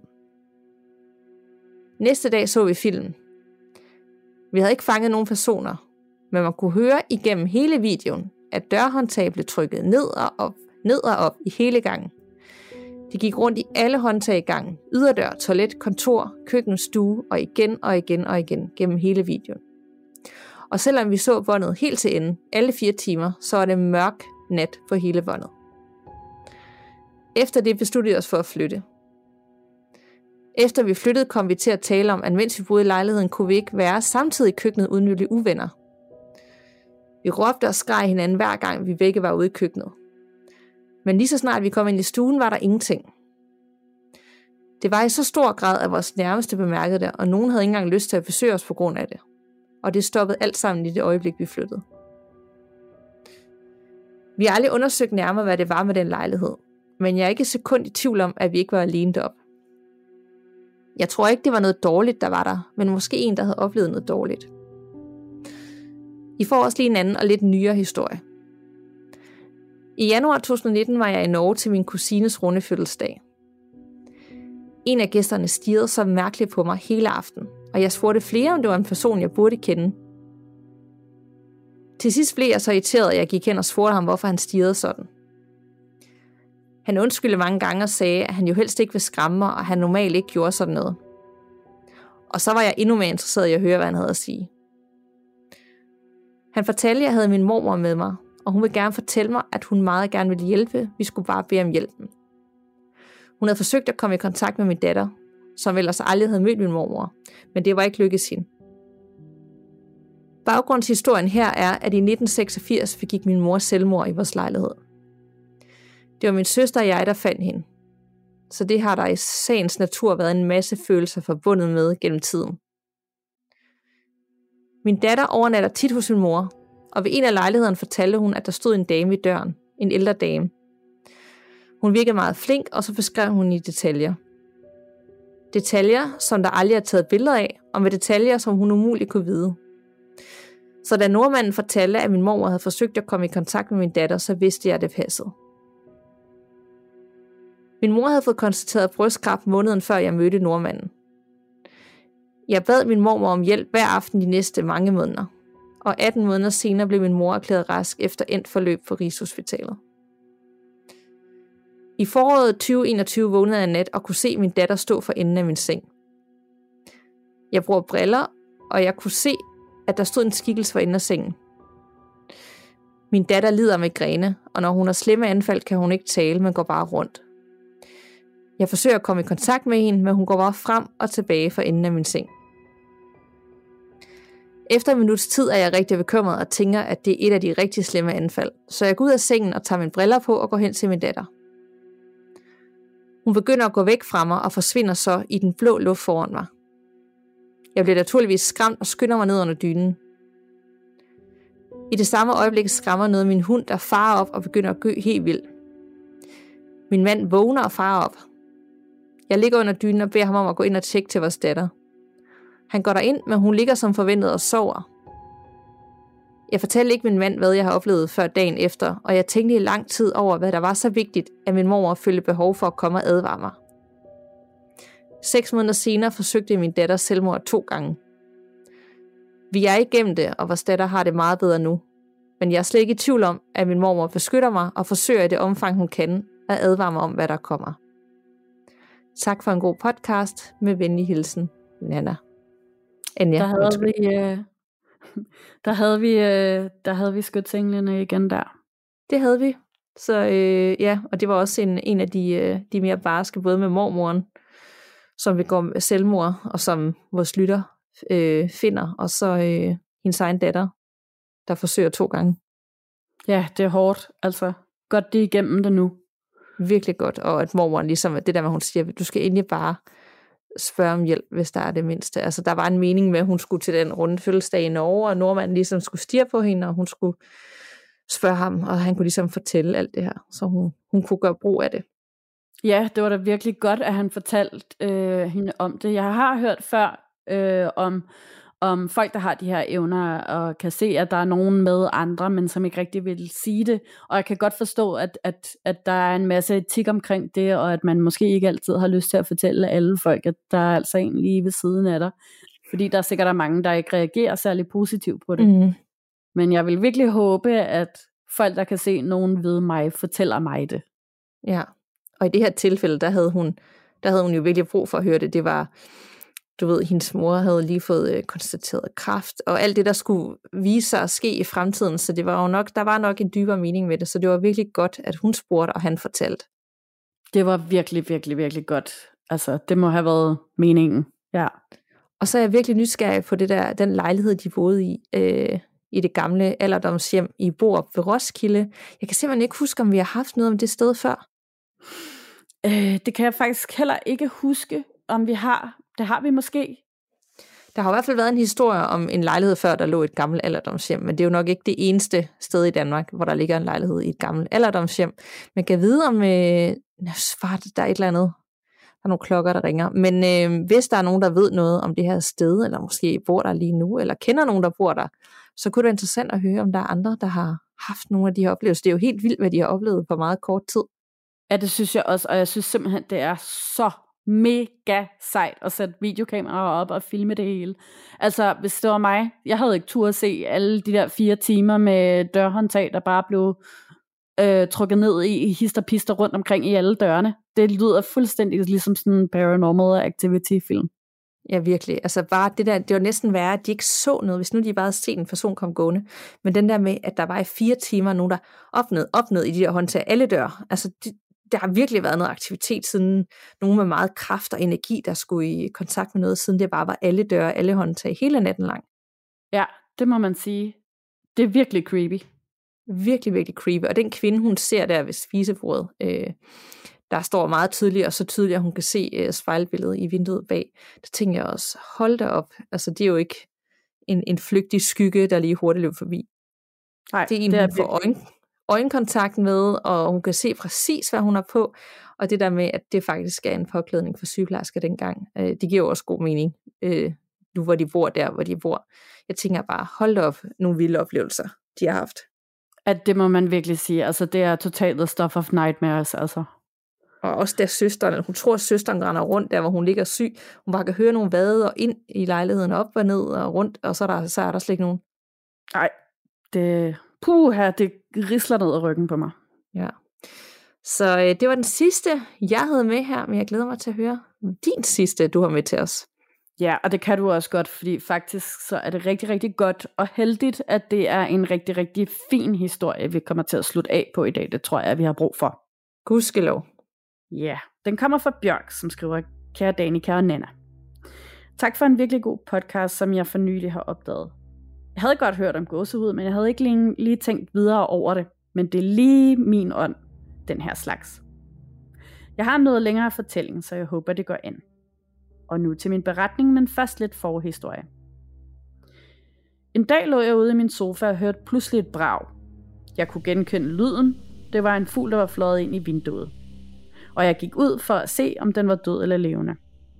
Næste dag så vi filmen. Vi havde ikke fanget nogen personer, men man kunne høre igennem hele videoen, at dørhåndtag blev trykket ned og op i hele gangen. De gik rundt i alle håndtag i gangen, yderdør, toilet, kontor, køkken, stue og igen og igen og igen gennem hele videoen. Og selvom vi så båndet helt til ende, alle 4 timer, så var det mørk nat på hele båndet. Efter det besluttede vi os for at flytte. Efter vi flyttede, kom vi til at tale om, at mens vi boede i lejligheden, kunne vi ikke være samtidig i køkkenet, uden vi blev uvenner. Vi råbte og skreg hinanden hver gang, vi begge var ude i køkkenet. Men lige så snart vi kom ind i stuen, var der ingenting. Det var i så stor grad, at vores nærmeste bemærkede det, og nogen havde ikke engang lyst til at besøge os på grund af det. Og det stoppede alt sammen i det øjeblik, vi flyttede. Vi har aldrig undersøgt nærmere, hvad det var med den lejlighed, men jeg er ikke et sekund i tvivl om, at vi ikke var alene deroppe. Jeg tror ikke, det var noget dårligt, der var der, men måske en, der havde oplevet noget dårligt. I får også lige en anden og lidt nyere historie. I januar 2019 var jeg i Norge til min kusines runde fødselsdag. En af gæsterne stirrede så mærkeligt på mig hele aften, og jeg spurgte flere, om det var en person, jeg burde kende. Til sidst blev jeg så irriteret, at jeg gik hen og spurgte ham, hvorfor han stirrede sådan. Han undskyldte mange gange og sagde, at han jo helst ikke ville skræmme mig, og han normalt ikke gjorde sådan noget. Og så var jeg endnu mere interesseret i at høre, hvad han havde at sige. Han fortalte, at jeg havde min mormor med mig, og hun ville gerne fortælle mig, at hun meget gerne ville hjælpe. Vi skulle bare bede om hjælpen. Hun havde forsøgt at komme i kontakt med min datter, som ellers aldrig havde mødt min mormor, men det var ikke lykkedes hende. Baggrundshistorien her er, at i 1986 gik min mor selvmord i vores lejlighed. Det var min søster og jeg, der fandt hende. Så det har der i sagens natur været en masse følelser forbundet med gennem tiden. Min datter overnatter tit hos min mor, og ved en af lejlighederne fortalte hun, at der stod en dame i døren, en ældre dame. Hun virkede meget flink, og så beskrev hun i detaljer. Detaljer, som der aldrig er taget billeder af, og med detaljer, som hun umuligt kunne vide. Så da nordmanden fortalte, at min mormor havde forsøgt at komme i kontakt med min datter, så vidste jeg, at det passede. Min mor havde fået konstateret brystkræft måneden før jeg mødte nordmanden. Jeg bad min mormor om hjælp hver aften de næste mange måneder, og 18 måneder senere blev min mor erklæret rask efter endt forløb på Rigshospitalet. I foråret 2021 vågnede jeg nat og kunne se min datter stå for enden af min seng. Jeg bruger briller, og jeg kunne se, at der stod en skikkelse for enden af sengen. Min datter lider af migræne, og når hun har slemme anfald, kan hun ikke tale, men går bare rundt. Jeg forsøger at komme i kontakt med hende, men hun går bare frem og tilbage for enden af min seng. Efter en minuts tid er jeg rigtig bekymret og tænker, at det er et af de rigtig slemme anfald, så jeg går ud af sengen og tager mine briller på og går hen til min datter. Hun begynder at gå væk fra mig og forsvinder så i den blå luft foran mig. Jeg bliver naturligvis skræmt og skynder mig ned under dynen. I det samme øjeblik skræmmer noget min hund, der farer op og begynder at gø helt vildt. Min mand vågner og farer op. Jeg ligger under dynen og beder ham om at gå ind og tjekke til vores datter. Han går derind, men hun ligger som forventet og sover. Jeg fortalte ikke min mand, hvad jeg har oplevet før dagen efter, og jeg tænkte i lang tid over, hvad der var så vigtigt, at min mor følte behov for at komme og advare mig. 6 måneder senere forsøgte min datter selvmord 2 gange. Vi er igennem det, og vores datter har det meget bedre nu. Men jeg er slet ikke i tvivl om, at min mormor beskytter mig og forsøger i det omfang, hun kan, at advare mig om, hvad der kommer. Tak for en god podcast. Med venlig hilsen, Nana. Anja, der havde vi skytsenglene igen der. Det havde vi. Så ja, og det var også en af de mere barske, både med mormoren, som vi går med selvmord, og som vores lytter finder, og så hendes egen datter, der forsøger 2 gange. Ja, det er hårdt. Altså, godt det er igennem det nu. Virkelig godt, og at mormoren ligesom, det der med, hun siger, du skal egentlig bare spørge om hjælp, hvis der er det mindste. Altså, der var en mening med, at hun skulle til den runde fødselsdag i Norge, og nordmanden ligesom skulle stirre på hende, og hun skulle spørge ham, og han kunne ligesom fortælle alt det her, så hun kunne gøre brug af det. Ja, det var da virkelig godt, at han fortalte hende om det. Jeg har hørt før om folk, der har de her evner, og kan se, at der er nogen med andre, men som ikke rigtig vil sige det. Og jeg kan godt forstå, at der er en masse etik omkring det, og at man måske ikke altid har lyst til at fortælle alle folk, at der er altså en lige ved siden af dig. Fordi der er sikkert mange, der ikke reagerer særlig positivt på det. Mm. Men jeg vil virkelig håbe, at folk, der kan se nogen ved mig, fortæller mig det. Ja, og i det her tilfælde, der havde hun jo virkelig brug for at høre det. Det var, du ved, hendes mor havde lige fået konstateret kræft, og alt det, der skulle vise sig at ske i fremtiden, så det var jo nok, der var nok en dybere mening med det, så det var virkelig godt, at hun spurgte, og han fortalte. Det var virkelig, virkelig, virkelig godt. Altså, det må have været meningen, ja. Og så er jeg virkelig nysgerrig på den lejlighed, de boede i det gamle alderdomshjem i Borup ved Roskilde. Jeg kan simpelthen ikke huske, om vi har haft noget om det sted før. Det kan jeg faktisk heller ikke huske, om vi har. Det har vi måske. Der har i hvert fald været en historie om en lejlighed før, der lå et gammelt alderdomshjem, men det er jo nok ikke det eneste sted i Danmark, hvor der ligger en lejlighed i et gammelt alderdomshjem. Man kan vide, om der er et eller andet. Der er nogle klokker, der ringer. Men hvis der er nogen, der ved noget om det her sted, eller måske bor der lige nu, eller kender nogen, der bor der, så kunne det være interessant at høre, om der er andre, der har haft nogle af de her oplevelser. Det er jo helt vildt, hvad de har oplevet på meget kort tid. Ja, det synes jeg også, og jeg synes simpelthen, det er så mega sejt at sætte videokameraer op og filme det hele. Altså, hvis det var mig, jeg havde ikke tur at se alle de der 4 timer med dørhåndtag, der bare blev trukket ned i hist og pister rundt omkring i alle dørene. Det lyder fuldstændig ligesom sådan en Paranormal Activity-film. Ja, virkelig. Altså bare det der, det var næsten værre, at de ikke så noget, hvis nu de bare havde set en person komme gående. Men den der med, at der var i 4 timer nogen, der opnåede i de der håndtag alle døre. Altså, der har virkelig været noget aktivitet siden nogen med meget kraft og energi, der skulle i kontakt med noget, siden det bare var alle døre, alle håndtag, hele natten lang. Ja, det må man sige. Det er virkelig creepy. Virkelig, virkelig creepy. Og den kvinde, hun ser der ved spisebordet, der står meget tydeligt, og så tydeligt, at hun kan se spejlbilledet i vinduet bag. Der tænker jeg også, hold da op. Altså, det er jo ikke en flygtig skygge, der lige hurtigt løber forbi. Nej, det er en, hun får øjenkontakt med, og hun kan se præcis, hvad hun har på. Og det der med, at det faktisk er en påklædning for sygeplejersker dengang, det giver jo også god mening, nu hvor de bor der, hvor de bor. Jeg tænker bare, hold da op, nogle vilde oplevelser, de har haft. At det må man virkelig sige. Altså, det er totalt the stuff of nightmares, altså. Og også der søsteren, hun tror, at søsteren render rundt der, hvor hun ligger syg. Hun bare kan høre nogle vade og ind i lejligheden, op og ned og rundt, og så er der slet ikke nogen. Nej, det risler ned ad ryggen på mig. Ja. Så det var den sidste, jeg havde med her, men jeg glæder mig til at høre din sidste, du har med til os. Ja, og det kan du også godt, fordi faktisk så er det rigtig, rigtig godt og heldigt, at det er en rigtig, rigtig fin historie, vi kommer til at slutte af på i dag. Det tror jeg, vi har brug for. Gudskelov. Ja, den kommer fra Bjørk, som skriver, kære Danika og Nanna. Tak for en virkelig god podcast, som jeg for nylig har opdaget. Jeg havde godt hørt om gåsehud, men jeg havde ikke lige tænkt videre over det. Men det er lige min ånd, den her slags. Jeg har noget længere fortælling, så jeg håber, det går ind. Og nu til min beretning, men først lidt forhistorie. En dag lå jeg ude i min sofa og hørte pludselig et brag. Jeg kunne genkende lyden. Det var en fugl, der var fløjet ind i vinduet. Og jeg gik ud for at se, om den var død eller levende.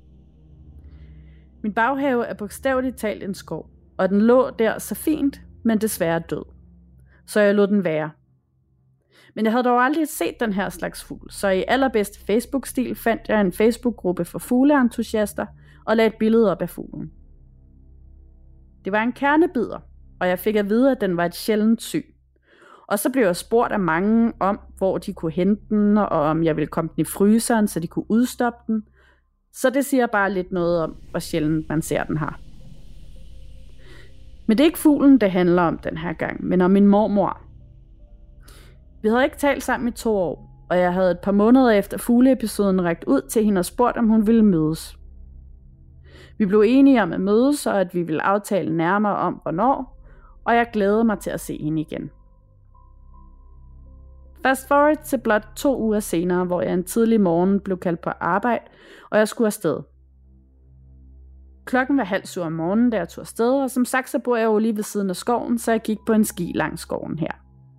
Min baghave er bogstaveligt talt en skov, og den lå der så fint, men desværre død. Så jeg lod den være. Men jeg havde dog aldrig set den her slags fugl, så i allerbedste Facebook-stil fandt jeg en Facebook-gruppe for fugleentusiaster og lagde et billede op af fuglen. Det var en kernebider, og jeg fik at vide, at den var et sjældent syn. Og så blev jeg spurgt af mange om, hvor de kunne hente den, og om jeg ville komme den i fryseren, så de kunne udstoppe den. Så det siger bare lidt noget om, hvor sjældent man ser den her. Men det er ikke fuglen, det handler om den her gang, men om min mormor. Vi havde ikke talt sammen i 2 år, og jeg havde et par måneder efter fugleepisoden rækt ud til hende og spurgt, om hun ville mødes. Vi blev enige om at mødes, og at vi ville aftale nærmere om, hvornår, og jeg glædede mig til at se hende igen. Fast forward til blot 2 uger senere, hvor jeg en tidlig morgen blev kaldt på arbejde, og jeg skulle afsted. Klokken var 6:30 om morgenen, da jeg tog afsted, og som sagt så bor jeg jo lige ved siden af skoven, så jeg gik på en ski langs skoven her.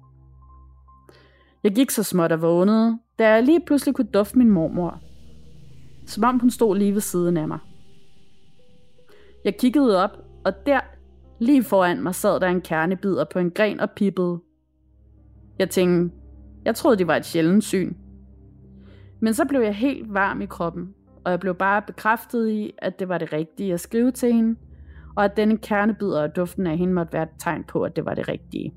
Jeg gik så småt og vågnede, da jeg lige pludselig kunne dufte min mormor. Som om hun stod lige ved siden af mig. Jeg kiggede op, og der, lige foran mig, sad der en kernebider på en gren og pippede. Jeg tænkte, jeg troede, det var et sjældent syn. Men så blev jeg helt varm i kroppen, og jeg blev bare bekræftet i, at det var det rigtige at skrive til hende, og at denne kernebider og duften af hende måtte være et tegn på, at det var det rigtige.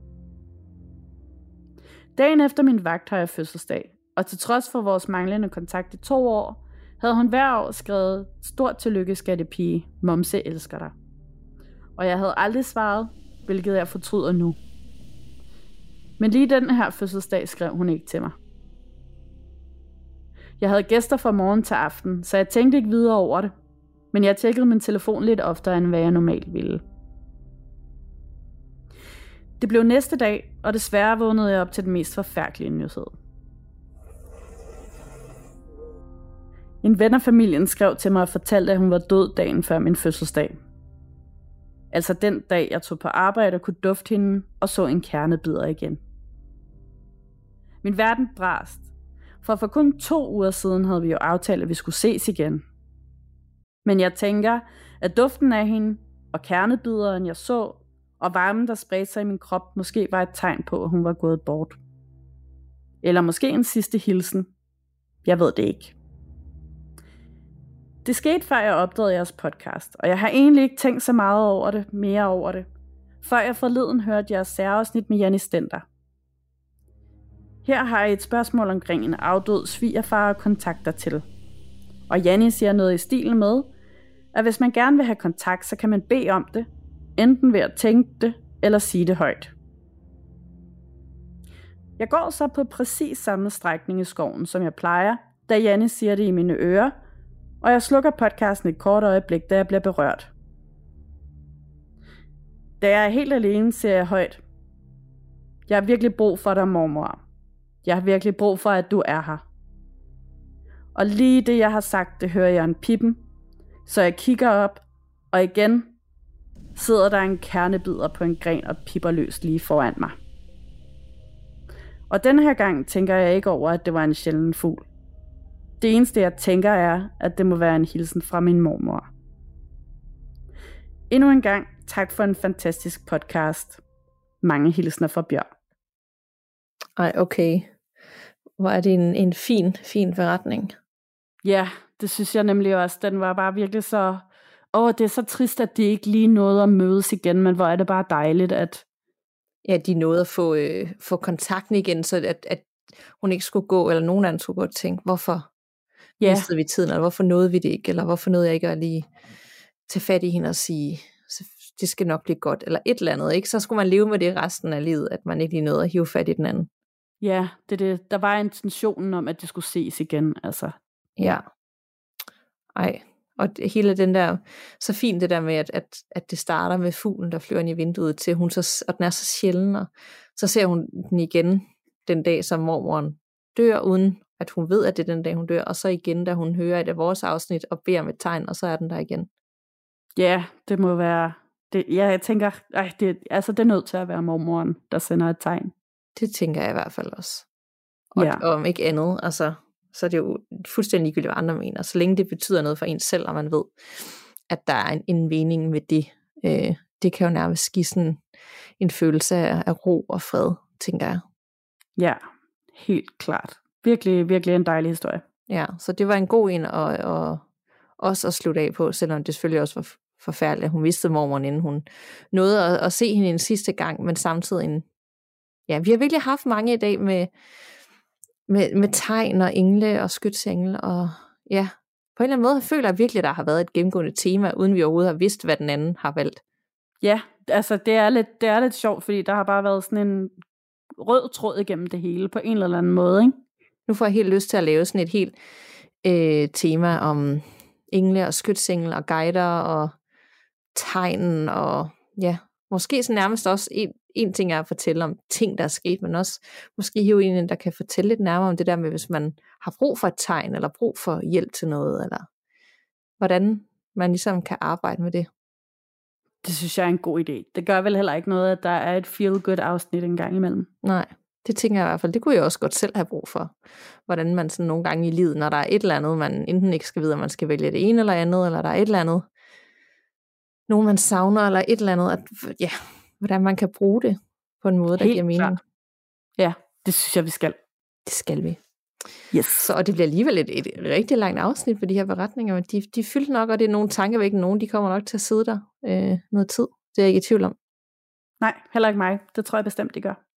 Dagen efter min vagt har jeg fødselsdag, og til trods for vores manglende kontakt i 2 år, havde hun hver år skrevet, stort tillykke skattepige, Momse elsker dig. Og jeg havde aldrig svaret, hvilket jeg fortryder nu. Men lige den her fødselsdag skrev hun ikke til mig. Jeg havde gæster fra morgen til aften, så jeg tænkte ikke videre over det, men jeg tjekkede min telefon lidt oftere, end hvad jeg normalt ville. Det blev næste dag, og desværre vågnede jeg op til den mest forfærdelige nyhed. En ven af familien skrev til mig og fortalte, at hun var død dagen før min fødselsdag. Altså den dag, jeg tog på arbejde og kunne dufte hende og så en kernebider igen. Min verden brast, for kun 2 uger siden havde vi jo aftalt, at vi skulle ses igen. Men jeg tænker, at duften af hende og kernebideren, jeg så, og varmen, der spredte sig i min krop, måske var et tegn på, at hun var gået bort. Eller måske en sidste hilsen. Jeg ved det ikke. Det skete, før jeg opdagede jeres podcast, og jeg har egentlig ikke tænkt så meget mere over det, før jeg forleden hørte jeres særafsnit med Janni Stender. Her har jeg et spørgsmål omkring en afdød svigerfar og kontakter til. Og Janni siger noget i stilen med, at hvis man gerne vil have kontakt, så kan man bede om det, enten ved at tænke det, eller sige det højt. Jeg går så på præcis samme strækning i skoven, som jeg plejer, da Janni siger det i mine ører, og jeg slukker podcasten et kort øjeblik, da jeg bliver berørt. Da jeg er helt alene, siger jeg højt. Jeg har virkelig brug for dig, mormor. Jeg har virkelig brug for, at du er her. Og lige det, jeg har sagt, det hører jeg en pippen, så jeg kigger op, og igen sidder der en kernebider på en gren og pipper løs lige foran mig. Og denne her gang tænker jeg ikke over, at det var en sjælden fugl. Det eneste, jeg tænker er, at det må være en hilsen fra min mormor. Endnu en gang, tak for en fantastisk podcast. Mange hilsner fra Bjørn. Ej, okay. Hvor er det en fin forretning. Ja, det synes jeg nemlig også. Den var bare virkelig så... det er så trist, at de ikke lige nåede at mødes igen, men hvor er det bare dejligt, at... Ja, de nåede at få kontakten igen, så at hun ikke skulle gå, eller nogen anden skulle gå og tænke, hvorfor mistede vi tiden, eller hvorfor nåede vi det ikke, eller hvorfor nåede jeg ikke at lige tage fat i hende og sige, det skal nok blive godt, eller et eller andet, ikke? Så skulle man leve med det resten af livet, at man ikke lige nåede at hive fat i den anden. Ja, det. Der var intentionen om, at det skulle ses igen, altså. Ja. Ej, og hele den der, så fint det der med, at det starter med fuglen, der flyver ind i vinduet, til hun så, og den er så sjælden, og så ser hun den igen den dag, som mormoren dør, uden at hun ved, at det er den dag, hun dør, og så igen, da hun hører et af vores afsnit, og beder med et tegn, og så er den der igen. Ja, det må være, jeg tænker, det er nødt til at være mormoren, der sender et tegn. Det tænker jeg i hvert fald også. Og om ikke andet, altså, så er det jo fuldstændig ligegyldigt, hvad andre mener. Så længe det betyder noget for en selv, og man ved, at der er en mening med det. Det kan jo nærmest give sådan en følelse af ro og fred, tænker jeg. Ja, helt klart. Virkelig, virkelig en dejlig historie. Ja, så det var en god en også at slutte af på, selvom det selvfølgelig også var forfærdeligt, at hun mistede mormoren, inden hun nåede at se hende en sidste gang, men samtidig vi har virkelig haft mange i dag med tegn og engle og skytsengle, og ja, på en eller anden måde føler jeg virkelig, at der har været et gennemgående tema, uden vi overhovedet har vidst, hvad den anden har valgt. Ja, altså det er lidt sjovt, fordi der har bare været sådan en rød tråd igennem det hele, på en eller anden måde, ikke? Nu får jeg helt lyst til at lave sådan et helt tema om engle og skytsengle og guider og tegnen, og ja, måske så nærmest også en ting er at fortælle om ting, der er sket, men også måske hive en, der kan fortælle lidt nærmere om det der med, hvis man har brug for et tegn, eller brug for hjælp til noget, eller hvordan man ligesom kan arbejde med det. Det synes jeg er en god idé. Det gør vel heller ikke noget, at der er et feel-good afsnit en gang imellem. Nej, det tænker jeg i hvert fald. Det kunne jeg også godt selv have brug for. Hvordan man sådan nogle gange i livet, når der er et eller andet, man enten ikke skal vide, om man skal vælge det ene eller andet, eller der er et eller andet, nogen man savner, eller et eller andet, at, hvordan man kan bruge det på en måde, der giver mening. Klart. Ja, det synes jeg, vi skal. Det skal vi. Yes. Så, og det bliver alligevel et rigtig langt afsnit på de her beretninger, men de fylder nok, og det er nogle tankevækkende nogen, de kommer nok til at sidde der noget tid. Det er jeg ikke i tvivl om. Nej, heller ikke mig. Det tror jeg bestemt, de gør.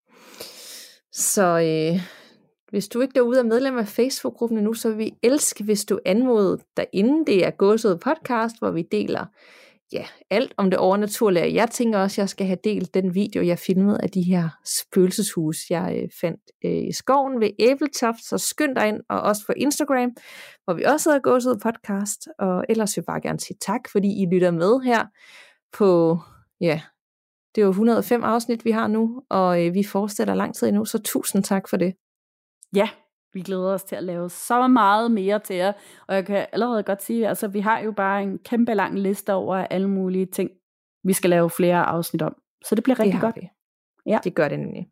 Så hvis du ikke derude er medlem af Facebook-gruppen endnu, så vil vi elske, hvis du anmoder dig inden. Det er Gåsehud Podcast, hvor vi deler alt om det overnaturlige. Jeg tænker også, at jeg skal have delt den video, jeg filmede af de her spøgelseshus, jeg fandt i skoven ved Æbletoft. Så skynd dig ind, og også på Instagram, hvor vi også hedder Gåsehud Podcast. Og ellers vil jeg bare gerne sige tak, fordi I lytter med her på, det er jo 105 afsnit, vi har nu, og vi fortsætter lang tid endnu, så tusind tak for det. Ja, vi glæder os til at lave så meget mere til jer, og jeg kan allerede godt sige, altså vi har jo bare en kæmpe lang liste over alle mulige ting, vi skal lave flere afsnit om, så det bliver rigtig godt. Ja. Det gør det nemlig.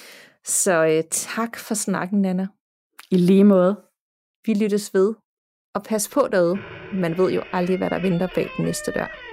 Så tak for snakken, Nanna. I lige måde. Vi lyttes ved, og pas på derude, man ved jo aldrig, hvad der venter bag den næste dør.